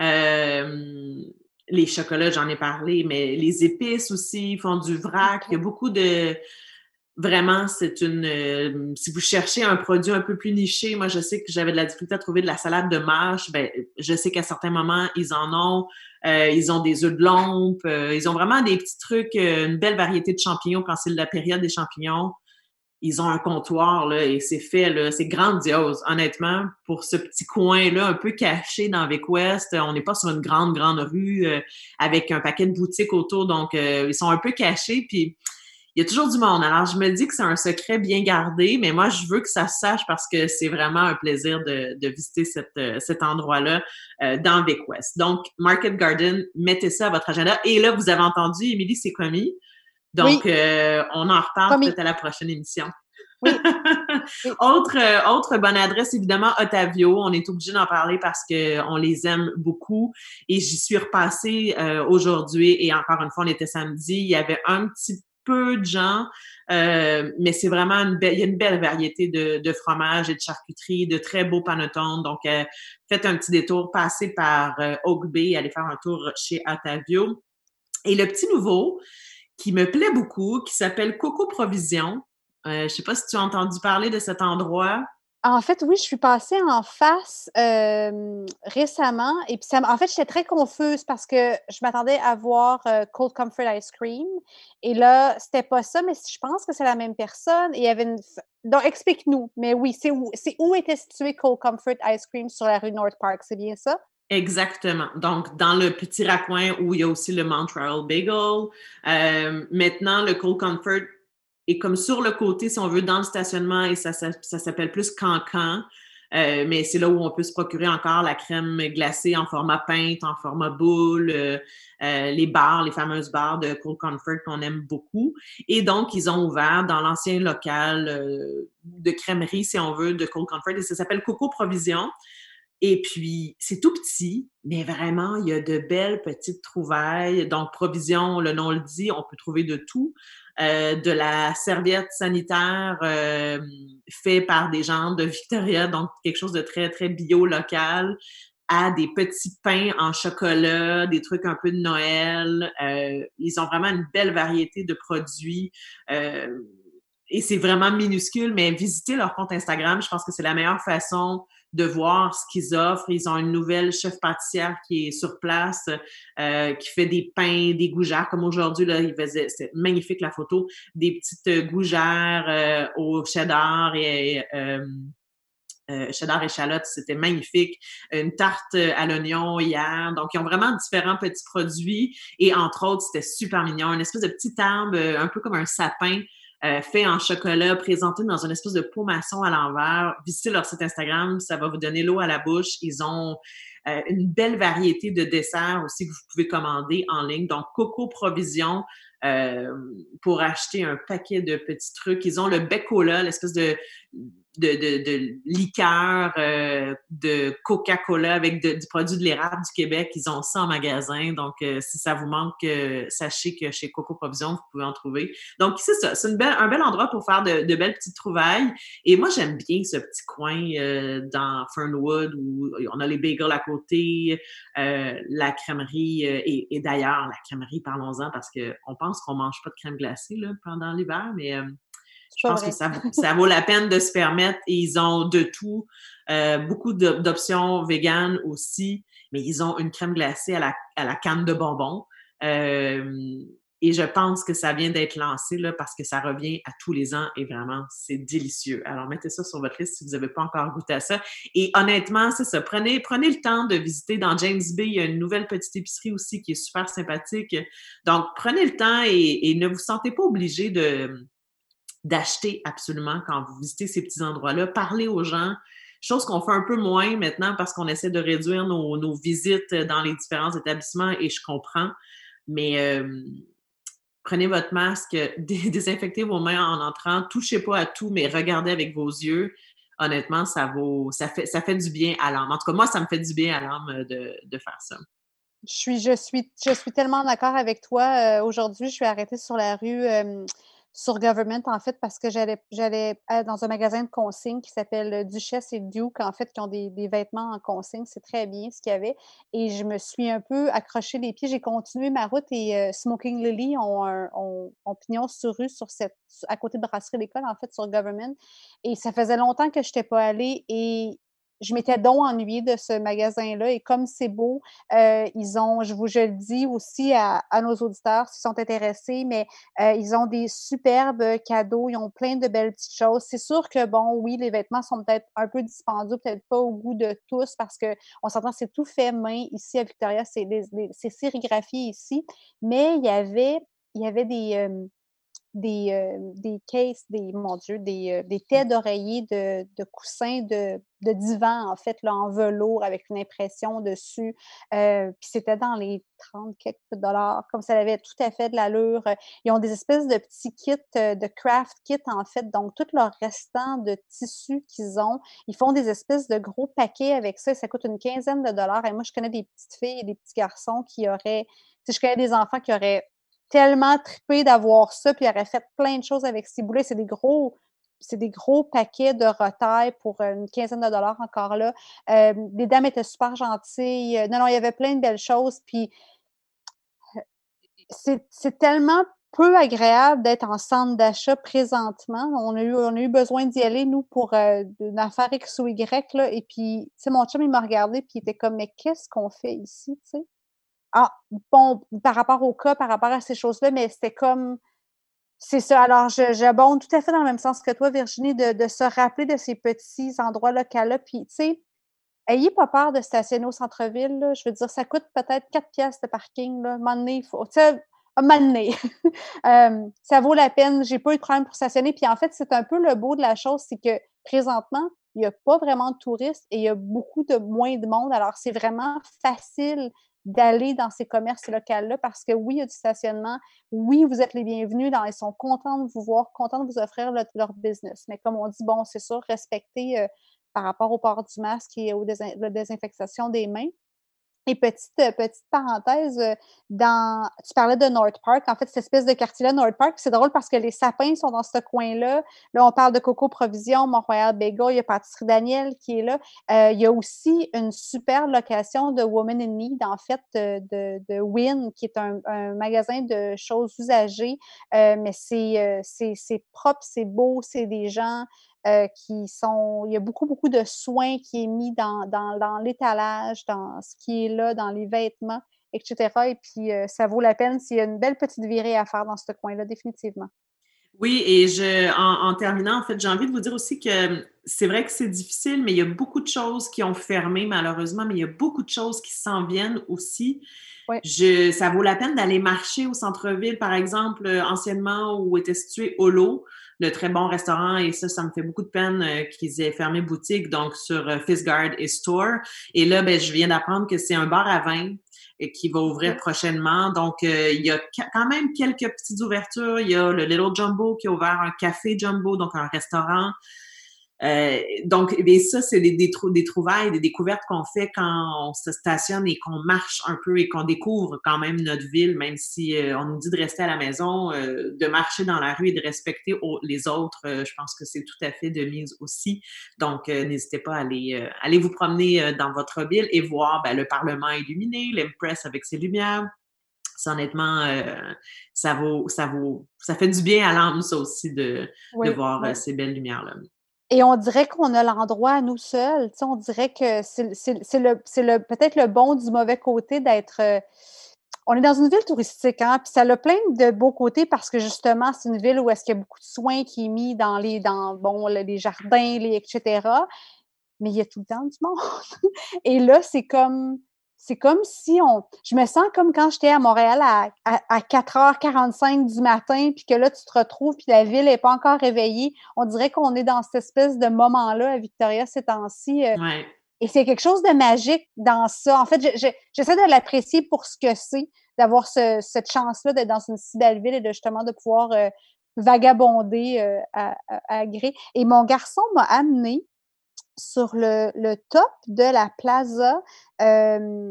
euh, les chocolats, j'en ai parlé, mais les épices aussi, ils font du vrac. Okay. Il y a beaucoup de... Vraiment, c'est une... Euh, si vous cherchez un produit un peu plus niché, moi, je sais que j'avais de la difficulté à trouver de la salade de mâche. Ben, je sais qu'à certains moments, ils en ont. Euh, ils ont des œufs de lompe. Euh, ils ont vraiment des petits trucs, euh, une belle variété de champignons quand c'est la période des champignons. Ils ont un comptoir, là, et c'est fait, là. C'est grandiose, honnêtement. Pour ce petit coin-là, un peu caché dans Vic West, on n'est pas sur une grande, grande rue euh, avec un paquet de boutiques autour. Donc, euh, ils sont un peu cachés, puis... Il y a toujours du monde. Alors, je me dis que c'est un secret bien gardé, mais moi, je veux que ça se sache parce que c'est vraiment un plaisir de, de visiter cette, cet endroit-là euh, dans Vic West. Donc, Market Garden, mettez ça à votre agenda. Et là, vous avez entendu, Émilie, c'est commis. Donc, oui. euh, on en reparle commis. Peut-être à la prochaine émission. Oui. oui. autre, euh, autre bonne adresse, évidemment, Ottavio. On est obligé d'en parler parce qu'on les aime beaucoup. Et j'y suis repassée euh, aujourd'hui. Et encore une fois, on était samedi. Il y avait un petit peu de gens, euh, mais c'est vraiment une belle, il y a une belle variété de, de fromages et de charcuterie, de très beaux panettones. Donc, euh, faites un petit détour, passez par euh, Oak Bay, allez faire un tour chez Ottavio. Et le petit nouveau qui me plaît beaucoup, qui s'appelle Coco Provision. Euh, je ne sais pas si tu as entendu parler de cet endroit. En fait, oui, je suis passée en face euh, récemment et puis ça, en fait, j'étais très confuse parce que je m'attendais à voir euh, Cold Comfort Ice Cream et là, c'était pas ça, mais je pense que c'est la même personne et il y avait une... Donc, explique-nous, mais oui, c'est où, c'est où était situé Cold Comfort Ice Cream sur la rue North Park, c'est bien ça? Exactement. Donc, dans le petit raccoin où il y a aussi le Mount Royal Bagel. Euh, maintenant, le Cold Comfort est comme sur le côté, si on veut, dans le stationnement, et ça, ça, ça s'appelle plus Cancan. Euh, mais c'est là où on peut se procurer encore la crème glacée en format pinte, en format boule, euh, euh, les barres, les fameuses barres de Cold Comfort qu'on aime beaucoup. Et donc, ils ont ouvert dans l'ancien local euh, de crèmerie, si on veut, de Cold Comfort, et ça s'appelle Coco Provision. Et puis, c'est tout petit, mais vraiment, il y a de belles petites trouvailles. Donc, provision, le nom le dit, on peut trouver de tout. Euh, de la serviette sanitaire euh, fait par des gens de Victoria, donc quelque chose de très, très bio local, à des petits pains en chocolat, des trucs un peu de Noël. Euh, ils ont vraiment une belle variété de produits. Euh, et c'est vraiment minuscule, mais visitez leur compte Instagram. Je pense que c'est la meilleure façon de voir ce qu'ils offrent. Ils ont une nouvelle chef pâtissière qui est sur place, euh, qui fait des pains, des gougères. Comme aujourd'hui, là, il faisait, c'est magnifique la photo, des petites gougères euh, au cheddar et euh, euh, cheddar échalote, c'était magnifique. Une tarte à l'oignon hier. Donc, ils ont vraiment différents petits produits. Et entre autres, c'était super mignon. Une espèce de petit arbre, un peu comme un sapin, Euh, fait en chocolat, présenté dans une espèce de pot maçon à l'envers. Visitez leur site Instagram, ça va vous donner l'eau à la bouche. Ils ont euh, une belle variété de desserts aussi que vous pouvez commander en ligne. Donc, Coco Provision euh, pour acheter un paquet de petits trucs. Ils ont le Bec-Cola, l'espèce de, de, de, de liqueur euh, de Coca-Cola avec de, du produit de l'érable du Québec. Ils ont ça en magasin. Donc, euh, si ça vous manque, euh, sachez que chez Coco Provision, vous pouvez en trouver. Donc, c'est ça. C'est une belle, un bel endroit pour faire de, de belles petites trouvailles. Et moi, j'aime bien ce petit coin euh, dans Fernwood où on a les bagels à côté, euh, la crèmerie. Euh, et, et d'ailleurs, la crèmerie, parlons-en parce qu'on pense qu'on mange pas de crème glacée là, pendant l'hiver, mais... Euh, C'est Je pas pense que vrai. ça, ça vaut la peine de se permettre et ils ont de tout. Euh, beaucoup de- d'options véganes aussi, mais ils ont une crème glacée à la, à la canne de bonbons. Euh, et je pense que ça vient d'être lancé là, parce que ça revient à tous les ans et vraiment, c'est délicieux. Alors, mettez ça sur votre liste si vous n'avez pas encore goûté à ça. Et honnêtement, c'est ça. Prenez, prenez le temps de visiter dans James Bay. Il y a une nouvelle petite épicerie aussi qui est super sympathique. Donc, prenez le temps et, et ne vous sentez pas obligé de d'acheter absolument quand vous visitez ces petits endroits-là. Parlez aux gens. Chose qu'on fait un peu moins maintenant parce qu'on essaie de réduire nos, nos visites dans les différents établissements et je comprends. Mais euh, prenez votre masque, dé- désinfectez vos mains en entrant, touchez pas à tout, mais regardez avec vos yeux. Honnêtement, ça vaut, ça fait, ça fait du bien à l'âme. En tout cas, moi, ça me fait du bien à l'âme de, de faire ça. Je suis, je suis, je suis tellement d'accord avec toi. Euh, aujourd'hui, je suis arrêtée sur la rue, euh, sur Government, en fait, parce que j'allais, j'allais euh, dans un magasin de consigne qui s'appelle euh, Duchesse et Duke, en fait, qui ont des, des vêtements en consigne. C'est très bien ce qu'il y avait. Et je me suis un peu accroché les pieds. J'ai continué ma route et euh, Smoking Lily ont, un, ont, ont pignon sur rue sur cette, à côté de Brasserie L'École, en fait, sur Government. Et ça faisait longtemps que je n'étais pas allée et je m'étais donc ennuyée de ce magasin-là. Et comme c'est beau, euh, ils ont, je vous je le dis aussi à, à nos auditeurs s'ils sont intéressés, mais euh, ils ont des superbes cadeaux, ils ont plein de belles petites choses. C'est sûr que, bon, oui, les vêtements sont peut-être un peu dispendieux, peut-être pas au goût de tous, parce qu'on s'entend, c'est tout fait main ici à Victoria, c'est, des, des, c'est sérigraphié ici, mais il y avait, il y avait des... Euh, des, euh, des cases, des, mon Dieu, des, euh, des têtes d'oreiller de, de coussins de, de divan, en fait, là, en velours avec une impression dessus. Euh, puis c'était dans les trente quelques dollars, comme ça avait tout à fait de l'allure. Ils ont des espèces de petits kits, euh, de craft kits, en fait. Donc, tout leur restant de tissu qu'ils ont, ils font des espèces de gros paquets avec ça. Ça coûte une quinzaine de dollars. Et moi, je connais des petites filles et des petits garçons qui auraient, tu sais, je connais des enfants qui auraient tellement trippé d'avoir ça, puis il aurait fait plein de choses avec ces boulets. C'est des gros, c'est des gros paquets de retail pour une quinzaine de dollars encore là. Euh, les dames étaient super gentilles. Non, non, il y avait plein de belles choses. Puis c'est, c'est tellement peu agréable d'être en centre d'achat présentement. On a eu, on a eu besoin d'y aller, nous, pour euh, une affaire X ou Y, là. Et puis, tu sais, mon chum, il m'a regardé, puis il était comme, mais qu'est-ce qu'on fait ici, tu sais? Ah, bon, par rapport au cas, par rapport à ces choses-là, mais c'était comme, c'est ça. Alors, je, j'abonde tout à fait dans le même sens que toi, Virginie, de, de se rappeler de ces petits endroits locaux-là. Puis, tu sais, ayez pas peur de stationner au centre-ville, là. Je veux dire, ça coûte peut-être quatre piastres de parking, là. À un moment donné, il faut, tu sais, un moment donné, euh, ça vaut la peine. J'ai pas eu de problème pour stationner. Puis, en fait, c'est un peu le beau de la chose, c'est que présentement, il n'y a pas vraiment de touristes et il y a beaucoup de moins de monde. Alors, c'est vraiment facile d'aller dans ces commerces locaux-là parce que oui, il y a du stationnement. Oui, vous êtes les bienvenus. Dans, ils sont contents de vous voir, contents de vous offrir le, leur business. Mais comme on dit, bon, c'est sûr, respecter euh, par rapport au port du masque et aux désin- la désinfection des mains. Et petite, euh, petite parenthèse, euh, dans, tu parlais de North Park, en fait, cette espèce de quartier-là, North Park, c'est drôle parce que les sapins sont dans ce coin-là. Là, on parle de Coco Provision, Mont-Royal Bagel, il y a Pâtisserie Daniel qui est là. Euh, il y a aussi une super location de Women in Need, en fait, de, de, de Win, qui est un, un magasin de choses usagées. Euh, mais c'est, euh, c'est, c'est propre, c'est beau, c'est des gens Euh, qui sont... Il y a beaucoup, beaucoup de soins qui est mis dans, dans, dans l'étalage, dans ce qui est là, dans les vêtements, et cetera. Et puis, euh, ça vaut la peine s'il y a une belle petite virée à faire dans ce coin-là, définitivement. Oui, et je, en, en terminant, en fait, j'ai envie de vous dire aussi que c'est vrai que c'est difficile, mais il y a beaucoup de choses qui ont fermé, malheureusement, mais il y a beaucoup de choses qui s'en viennent aussi. Oui. Je, ça vaut la peine d'aller marcher au centre-ville, par exemple, anciennement où était situé Holo, le très bon restaurant, et ça, ça me fait beaucoup de peine euh, qu'ils aient fermé boutique, donc sur euh, Fistguard et Store. Et là, ben, je viens d'apprendre que c'est un bar à vin et qui va ouvrir Oui. prochainement. Donc, euh, il y a quand même quelques petites ouvertures. Il y a le Little Jumbo qui a ouvert un café Jumbo, donc un restaurant. Euh, donc, et ça, c'est des, des, trou- des trouvailles, des découvertes qu'on fait quand on se stationne et qu'on marche un peu et qu'on découvre quand même notre ville, même si euh, on nous dit de rester à la maison, euh, de marcher dans la rue et de respecter au- les autres. Euh, je pense que c'est tout à fait de mise aussi. Donc, euh, n'hésitez pas à aller, euh, aller vous promener euh, dans votre ville et voir ben, le Parlement illuminé, l'Empress avec ses lumières. ça, honnêtement, euh, ça vaut, ça vaut, ça fait du bien à l'âme, ça aussi, de, Oui, de voir oui. euh, ces belles lumières-là. Et on dirait qu'on a l'endroit à nous seuls. Tu sais, on dirait que c'est, c'est, c'est, le, c'est le, peut-être le bon du mauvais côté d'être... euh, on est dans une ville touristique, hein, puis ça a plein de beaux côtés parce que justement, c'est une ville où est-ce qu'il y a beaucoup de soins qui est mis dans les, dans, bon, le- les jardins, les, et cetera. Mais il y a tout le temps du monde. Et là, c'est comme, c'est comme si on... Je me sens comme quand j'étais à Montréal à, à, à quatre heures quarante-cinq du matin, puis que là, tu te retrouves, puis la ville n'est pas encore réveillée. On dirait qu'on est dans cette espèce de moment-là à Victoria ces temps-ci. euh, Ouais. Et c'est quelque chose de magique dans ça. En fait, je- je- j'essaie de l'apprécier pour ce que c'est, d'avoir ce- cette chance-là d'être dans une si belle ville et de justement de pouvoir euh, vagabonder euh, à, à, à gré. Et mon garçon m'a amené sur le, le top de la plaza, euh,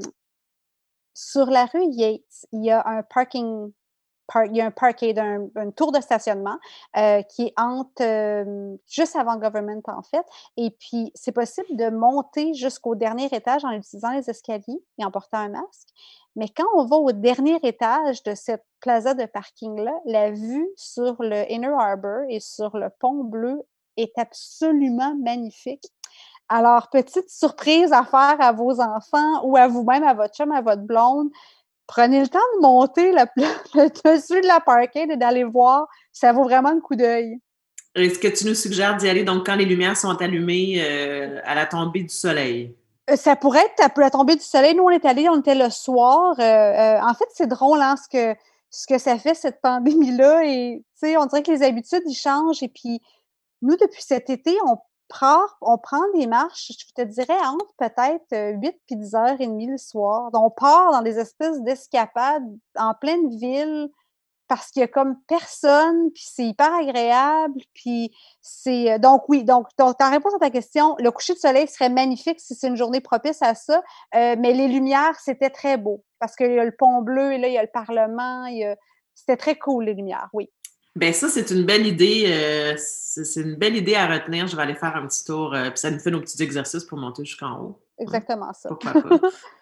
sur la rue Yates. Il y a un parking, par- il y a un parkade, un, une tour de stationnement euh, qui est entre, euh, juste avant Government en fait. Et puis, c'est possible de monter jusqu'au dernier étage en utilisant les escaliers et en portant un masque. Mais quand on va au dernier étage de cette plaza de parking-là, la vue sur le Inner Harbor et sur le pont bleu est absolument magnifique. Alors, petite surprise à faire à vos enfants ou à vous-même, à votre chum, à votre blonde, prenez le temps de monter le, le dessus de la parkade et d'aller voir. Ça vaut vraiment le coup d'œil. Est-ce que tu nous suggères d'y aller donc quand les lumières sont allumées euh, à la tombée du soleil? Euh, Ça pourrait être à la tombée du soleil. Nous, on est allés, on était le soir. Euh, euh, en fait, c'est drôle hein, ce, que, ce que ça fait, cette pandémie-là. Et tu sais, on dirait que les habitudes, ils changent. Et puis, nous, depuis cet été, on prend, on prend des marches, je te dirais, entre peut-être huit puis dix heures trente le soir. Donc, on part dans des espèces d'escapades en pleine ville parce qu'il y a comme personne, puis c'est hyper agréable, puis c'est... Donc oui, donc, donc ta réponse à ta question, le coucher de soleil serait magnifique si c'est une journée propice à ça, euh, mais les lumières, c'était très beau, parce qu'il y a le pont bleu, et là, il y a le Parlement, il y a... c'était très cool, les lumières, oui. Ben ça, c'est une belle idée. Euh, c'est, c'est une belle idée à retenir. Je vais aller faire un petit tour, euh, puis ça nous fait nos petits exercices pour monter jusqu'en haut. Exactement ça. Pourquoi pas?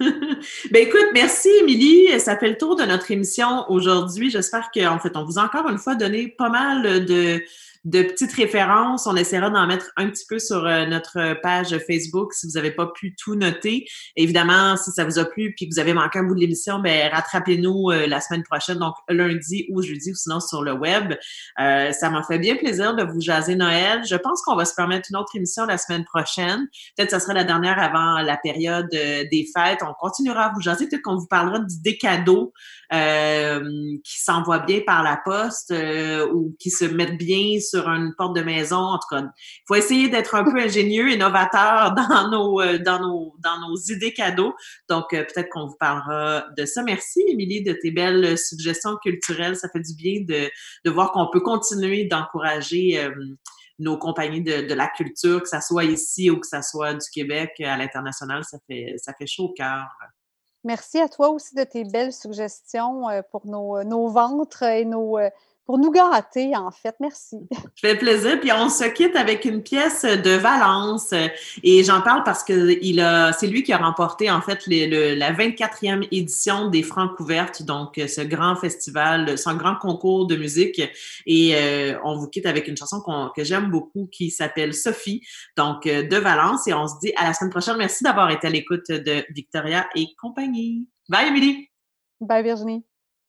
Ben écoute, merci Émilie. Ça fait le tour de notre émission aujourd'hui. J'espère qu'en fait, on vous a encore une fois donné pas mal de, de petites références. On essaiera d'en mettre un petit peu sur euh, notre page Facebook si vous n'avez pas pu tout noter. Évidemment, si ça vous a plu puis que vous avez manqué un bout de l'émission, ben rattrapez-nous euh, la semaine prochaine, donc lundi ou jeudi ou sinon sur le web. Euh, ça m'a fait bien plaisir de vous jaser Noël. Je pense qu'on va se permettre une autre émission la semaine prochaine. Peut-être que ça sera la dernière avant la période euh, des fêtes. On continuera à vous jaser. Peut-être qu'on vous parlera d'idées cadeaux euh, qui s'envoient bien par la poste euh, ou qui se mettent bien sur une porte de maison. En tout cas, il faut essayer d'être un peu ingénieux et novateur dans nos, euh, dans nos, dans nos idées cadeaux. Donc, euh, peut-être qu'on vous parlera de ça. Merci, Émilie, de tes belles suggestions culturelles. Ça fait du bien de, de voir qu'on peut continuer d'encourager euh, nos compagnies de, de la culture, que ça soit ici ou que ça soit du Québec à l'international. Ça fait, ça fait chaud au cœur. Merci à toi aussi de tes belles suggestions euh, pour nos, nos ventres et nos... Euh, pour nous gâter, en fait. Merci. Ça fait plaisir. Puis on se quitte avec une pièce de Valence. Et j'en parle parce que il a, c'est lui qui a remporté, en fait, le, le, la vingt-quatrième édition des Francouvertes. Donc, ce grand festival, ce grand concours de musique. Et euh, on vous quitte avec une chanson qu'on, que j'aime beaucoup qui s'appelle Sophie. Donc, de Valence. Et on se dit à la semaine prochaine. Merci d'avoir été à l'écoute de Victoria et compagnie. Bye, Émilie. Bye, Virginie.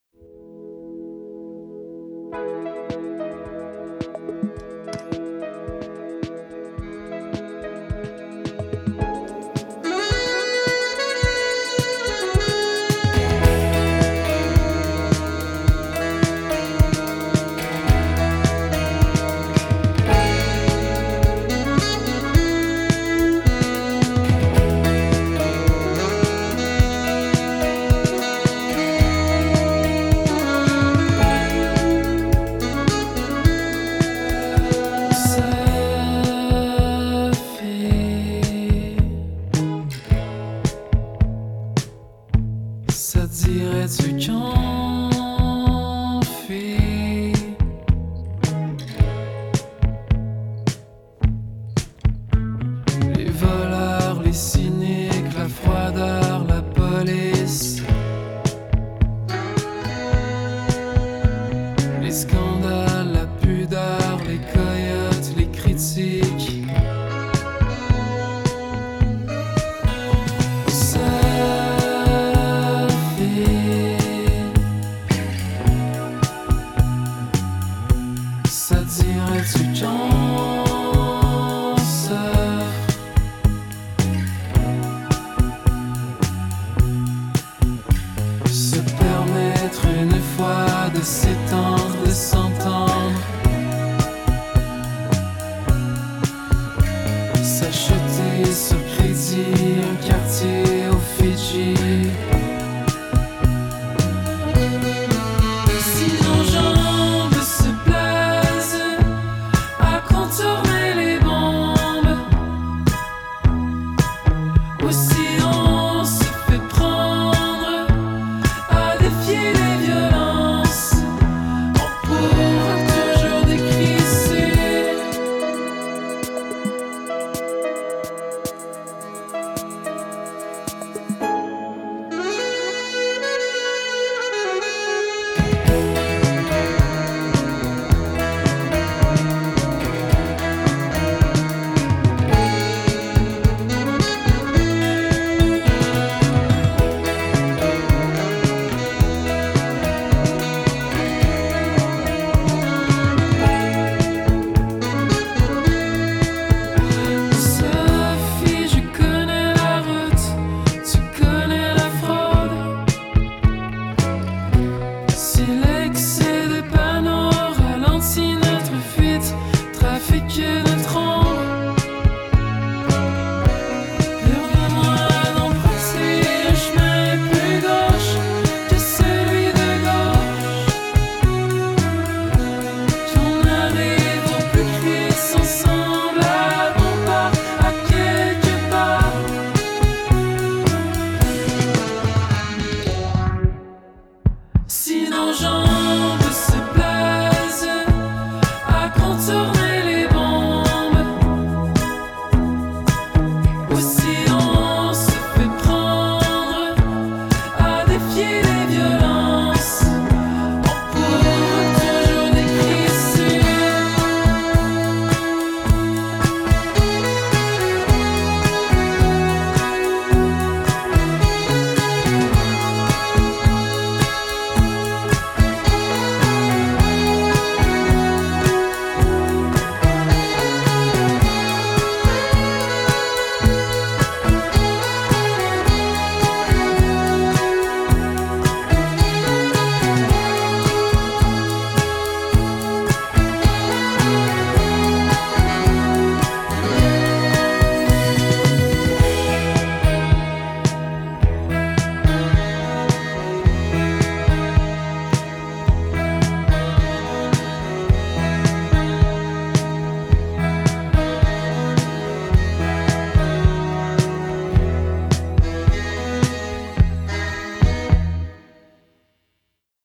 Ça dirait-tu qu'on fait les voleurs, les cyniques, la froideur, la police? s'étend.